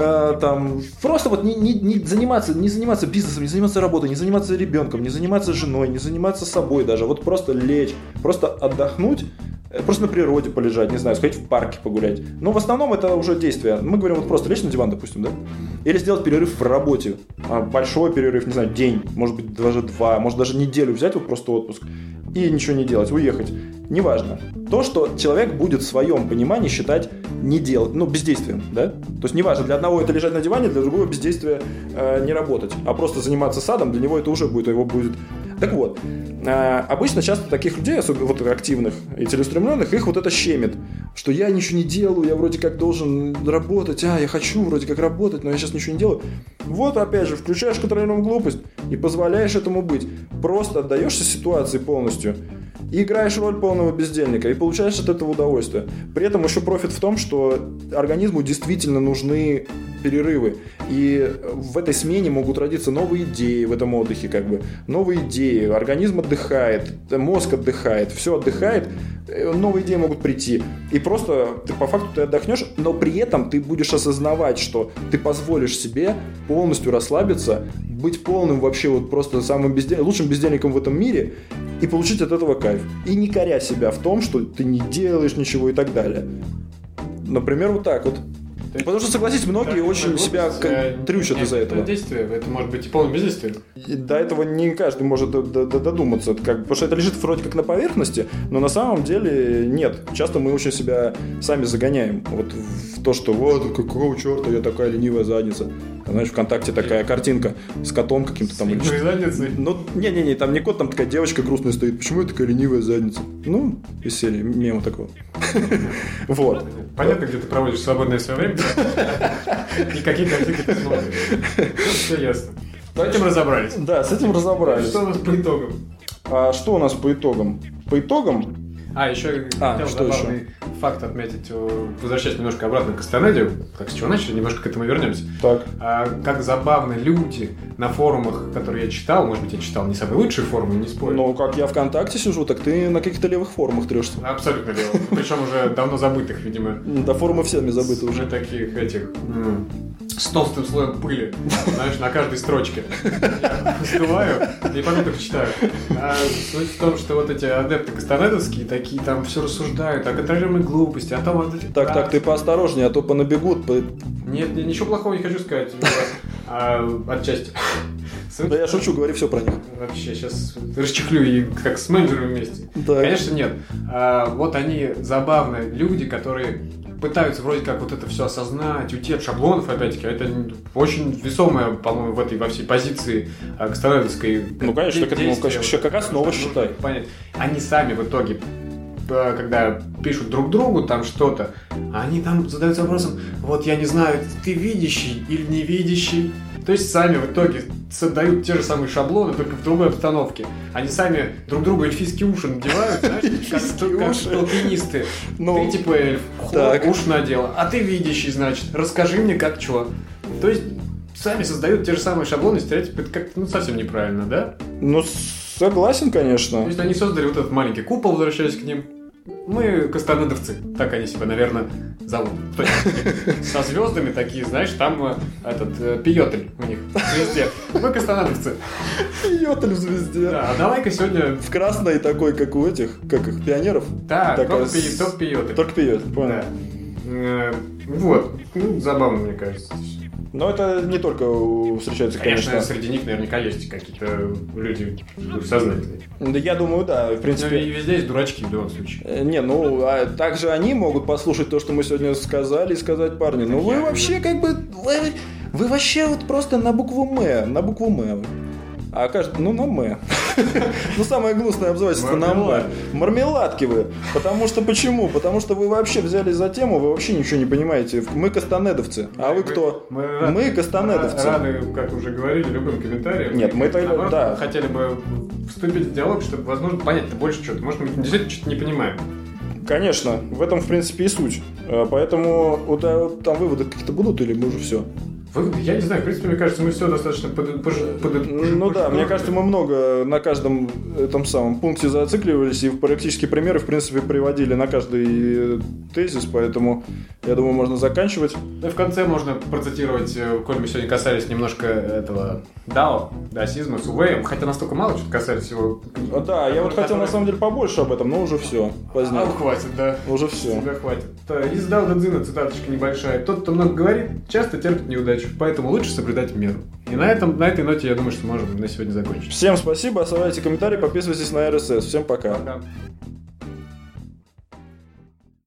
Там, просто вот не заниматься бизнесом, не заниматься работой, не заниматься ребенком, не заниматься женой, не заниматься собой даже. Вот просто лечь, просто отдохнуть, просто на природе полежать, не знаю, сходить в парке погулять. Но в основном это уже действие. Мы говорим вот просто лечь на диван, допустим, да? Или сделать перерыв в работе. Большой перерыв, не знаю, день, может быть, даже 2, может даже неделю взять, вот просто отпуск. И ничего не делать, уехать. Неважно. То, что человек будет в своем понимании считать бездействием, да? То есть неважно, для одного это лежать на диване, для другого бездействия не работать, а просто заниматься садом, для него это уже будет, его будет. Так вот, обычно часто таких людей, особенно вот активных и целеустремленных, их вот это щемит, что я ничего не делаю, я вроде как должен работать, я хочу вроде как работать, но я сейчас ничего не делаю. Вот опять же, включаешь контролируемую глупость и позволяешь этому быть. Просто отдаешься ситуации полностью и играешь роль полного бездельника, и получаешь от этого удовольствие. При этом еще профит в том, что организму действительно нужны перерывы. И в этой смене могут родиться новые идеи в этом отдыхе, новые идеи. Организм отдыхает, мозг отдыхает, все отдыхает, новые идеи могут прийти. И просто по факту ты отдохнешь, но при этом ты будешь осознавать, что ты позволишь себе полностью расслабиться, быть полным вообще вот просто самым лучшим бездельником в этом мире и получить от этого кайф. И не коря себя в том, что ты не делаешь ничего и так далее. Например, вот так вот. Потому что, согласитесь, многие очень себя трючат из-за этого. Это может быть и полное бездействие. До этого не каждый может додуматься, потому что это лежит вроде как на поверхности, но на самом деле нет. Часто мы очень себя сами загоняем вот в то, что вот какого черта я такая ленивая задница. Знаешь, ВКонтакте такая картинка с котом каким-то там. С ленивой задницей? Ну, не, там не кот, там такая девочка грустная стоит. Почему я такая ленивая задница? Ну, из серии мема такого. Вот. Понятно, где ты проводишь свободное свое время. Никакие картинки не смотришь. Все ясно. С этим разобрались. Да, с этим разобрались. Что у нас по итогам? А что у нас по итогам? По итогам? Еще хотел забавный факт отметить, возвращаясь немножко обратно к Кастанеде, как с чего начали, немножко к этому вернемся. Так. Как забавно люди на форумах, которые я читал, может быть, я читал не самые лучшие форумы, не спорю. Ну, как я ВКонтакте сижу, так ты на каких-то левых форумах трешься. Абсолютно левых. Причем уже давно забытых, видимо. Да, форумы всеми забыты уже. Таких с толстым слоем пыли, знаешь, на каждой строчке. Я всплываю и потом их читаю. Суть в том, что вот эти адепты кастанедовские такие там все рассуждают о контролируемой глупости, о том, Так, ты поосторожнее, а то понабегут. Нет, ничего плохого не хочу сказать. Отчасти. Да я шучу, говори все про них. Вообще, сейчас расчехлю и как с менеджером вместе. Да. Конечно, нет. Вот они забавные люди, которые пытаются вроде как вот это все осознать, уйти от шаблонов, опять-таки, это очень весомое, по-моему, во всей позиции кастанедовской. Ну, конечно, к этому как основа считай. Понять. Они сами в итоге, когда пишут друг другу там что-то, они там задаются вопросом, вот я не знаю, ты видящий или не видящий. То есть сами в итоге создают те же самые шаблоны, только в другой обстановке. Они сами друг другу эльфийские уши надевают, знаешь, как толкинисты. Ты типа эльф, уши надела, а ты видящий, значит, расскажи мне как чё. То есть сами создают те же самые шаблоны, стереотипы, это как-то совсем неправильно, да? Ну, согласен, конечно. То есть они создали вот этот маленький купол, возвращаясь к ним. Мы кастанедовцы, так они себя, наверное, зовут. Со звездами такие, знаешь, там Пиотель у них в звезде. Мы кастанедовцы. Пиотель в звезде. Да, а давай-ка сегодня... В красной такой, как у этих, как их, пионеров. Да, только Пиотель. Только Пиотель, понял. Вот, забавно, мне кажется. Но это не только встречается, конечно. Среди них наверняка есть какие-то люди сознательные. Да, я думаю, да, в принципе. Но и везде есть дурачки в любом случае. Не, ну, а также они могут послушать то, что мы сегодня сказали, и сказать: парни, ну вы вообще как бы, вы вообще вот просто на букву «М». А каждый, ну, на «М». Ну, самое гнусное обзывательство на «М». Мармеладки вы. Потому что почему? Потому что вы вообще взялись за тему, вы вообще ничего не понимаете. Мы кастанедовцы. А вы кто? Мы кастанедовцы. Рады, как уже говорили, любым комментариям. Нет, мы тогда, да. Хотели бы вступить в диалог, чтобы, возможно, понять-то больше что-то. Может, мы действительно что-то не понимаем. Конечно, в этом, в принципе, и суть. Поэтому вот там выводы какие-то будут, или мы уже все? Я не знаю, в принципе, мне кажется, мы все достаточно Ну да, мне кажется, мы много на каждом этом самом пункте зацикливались и практически примеры, в принципе, приводили на каждый тезис, поэтому, я думаю, можно заканчивать. В конце можно процитировать, коль мы сегодня касались немножко этого дао, даосизма с Увеем, хотя настолько мало что-то касались его. Да, я вот хотел на самом деле побольше об этом, но уже все, позднее. Хватит, да. Уже все. Тебя хватит. Из Дао Дэ Цзина цитаточка небольшая. Тот, кто много говорит, часто терпит неудачу. Поэтому лучше соблюдать меру. И на этой ноте, я думаю, что можем на сегодня закончить. Всем спасибо, оставляйте комментарии, подписывайтесь на RSS. Всем пока. Пока.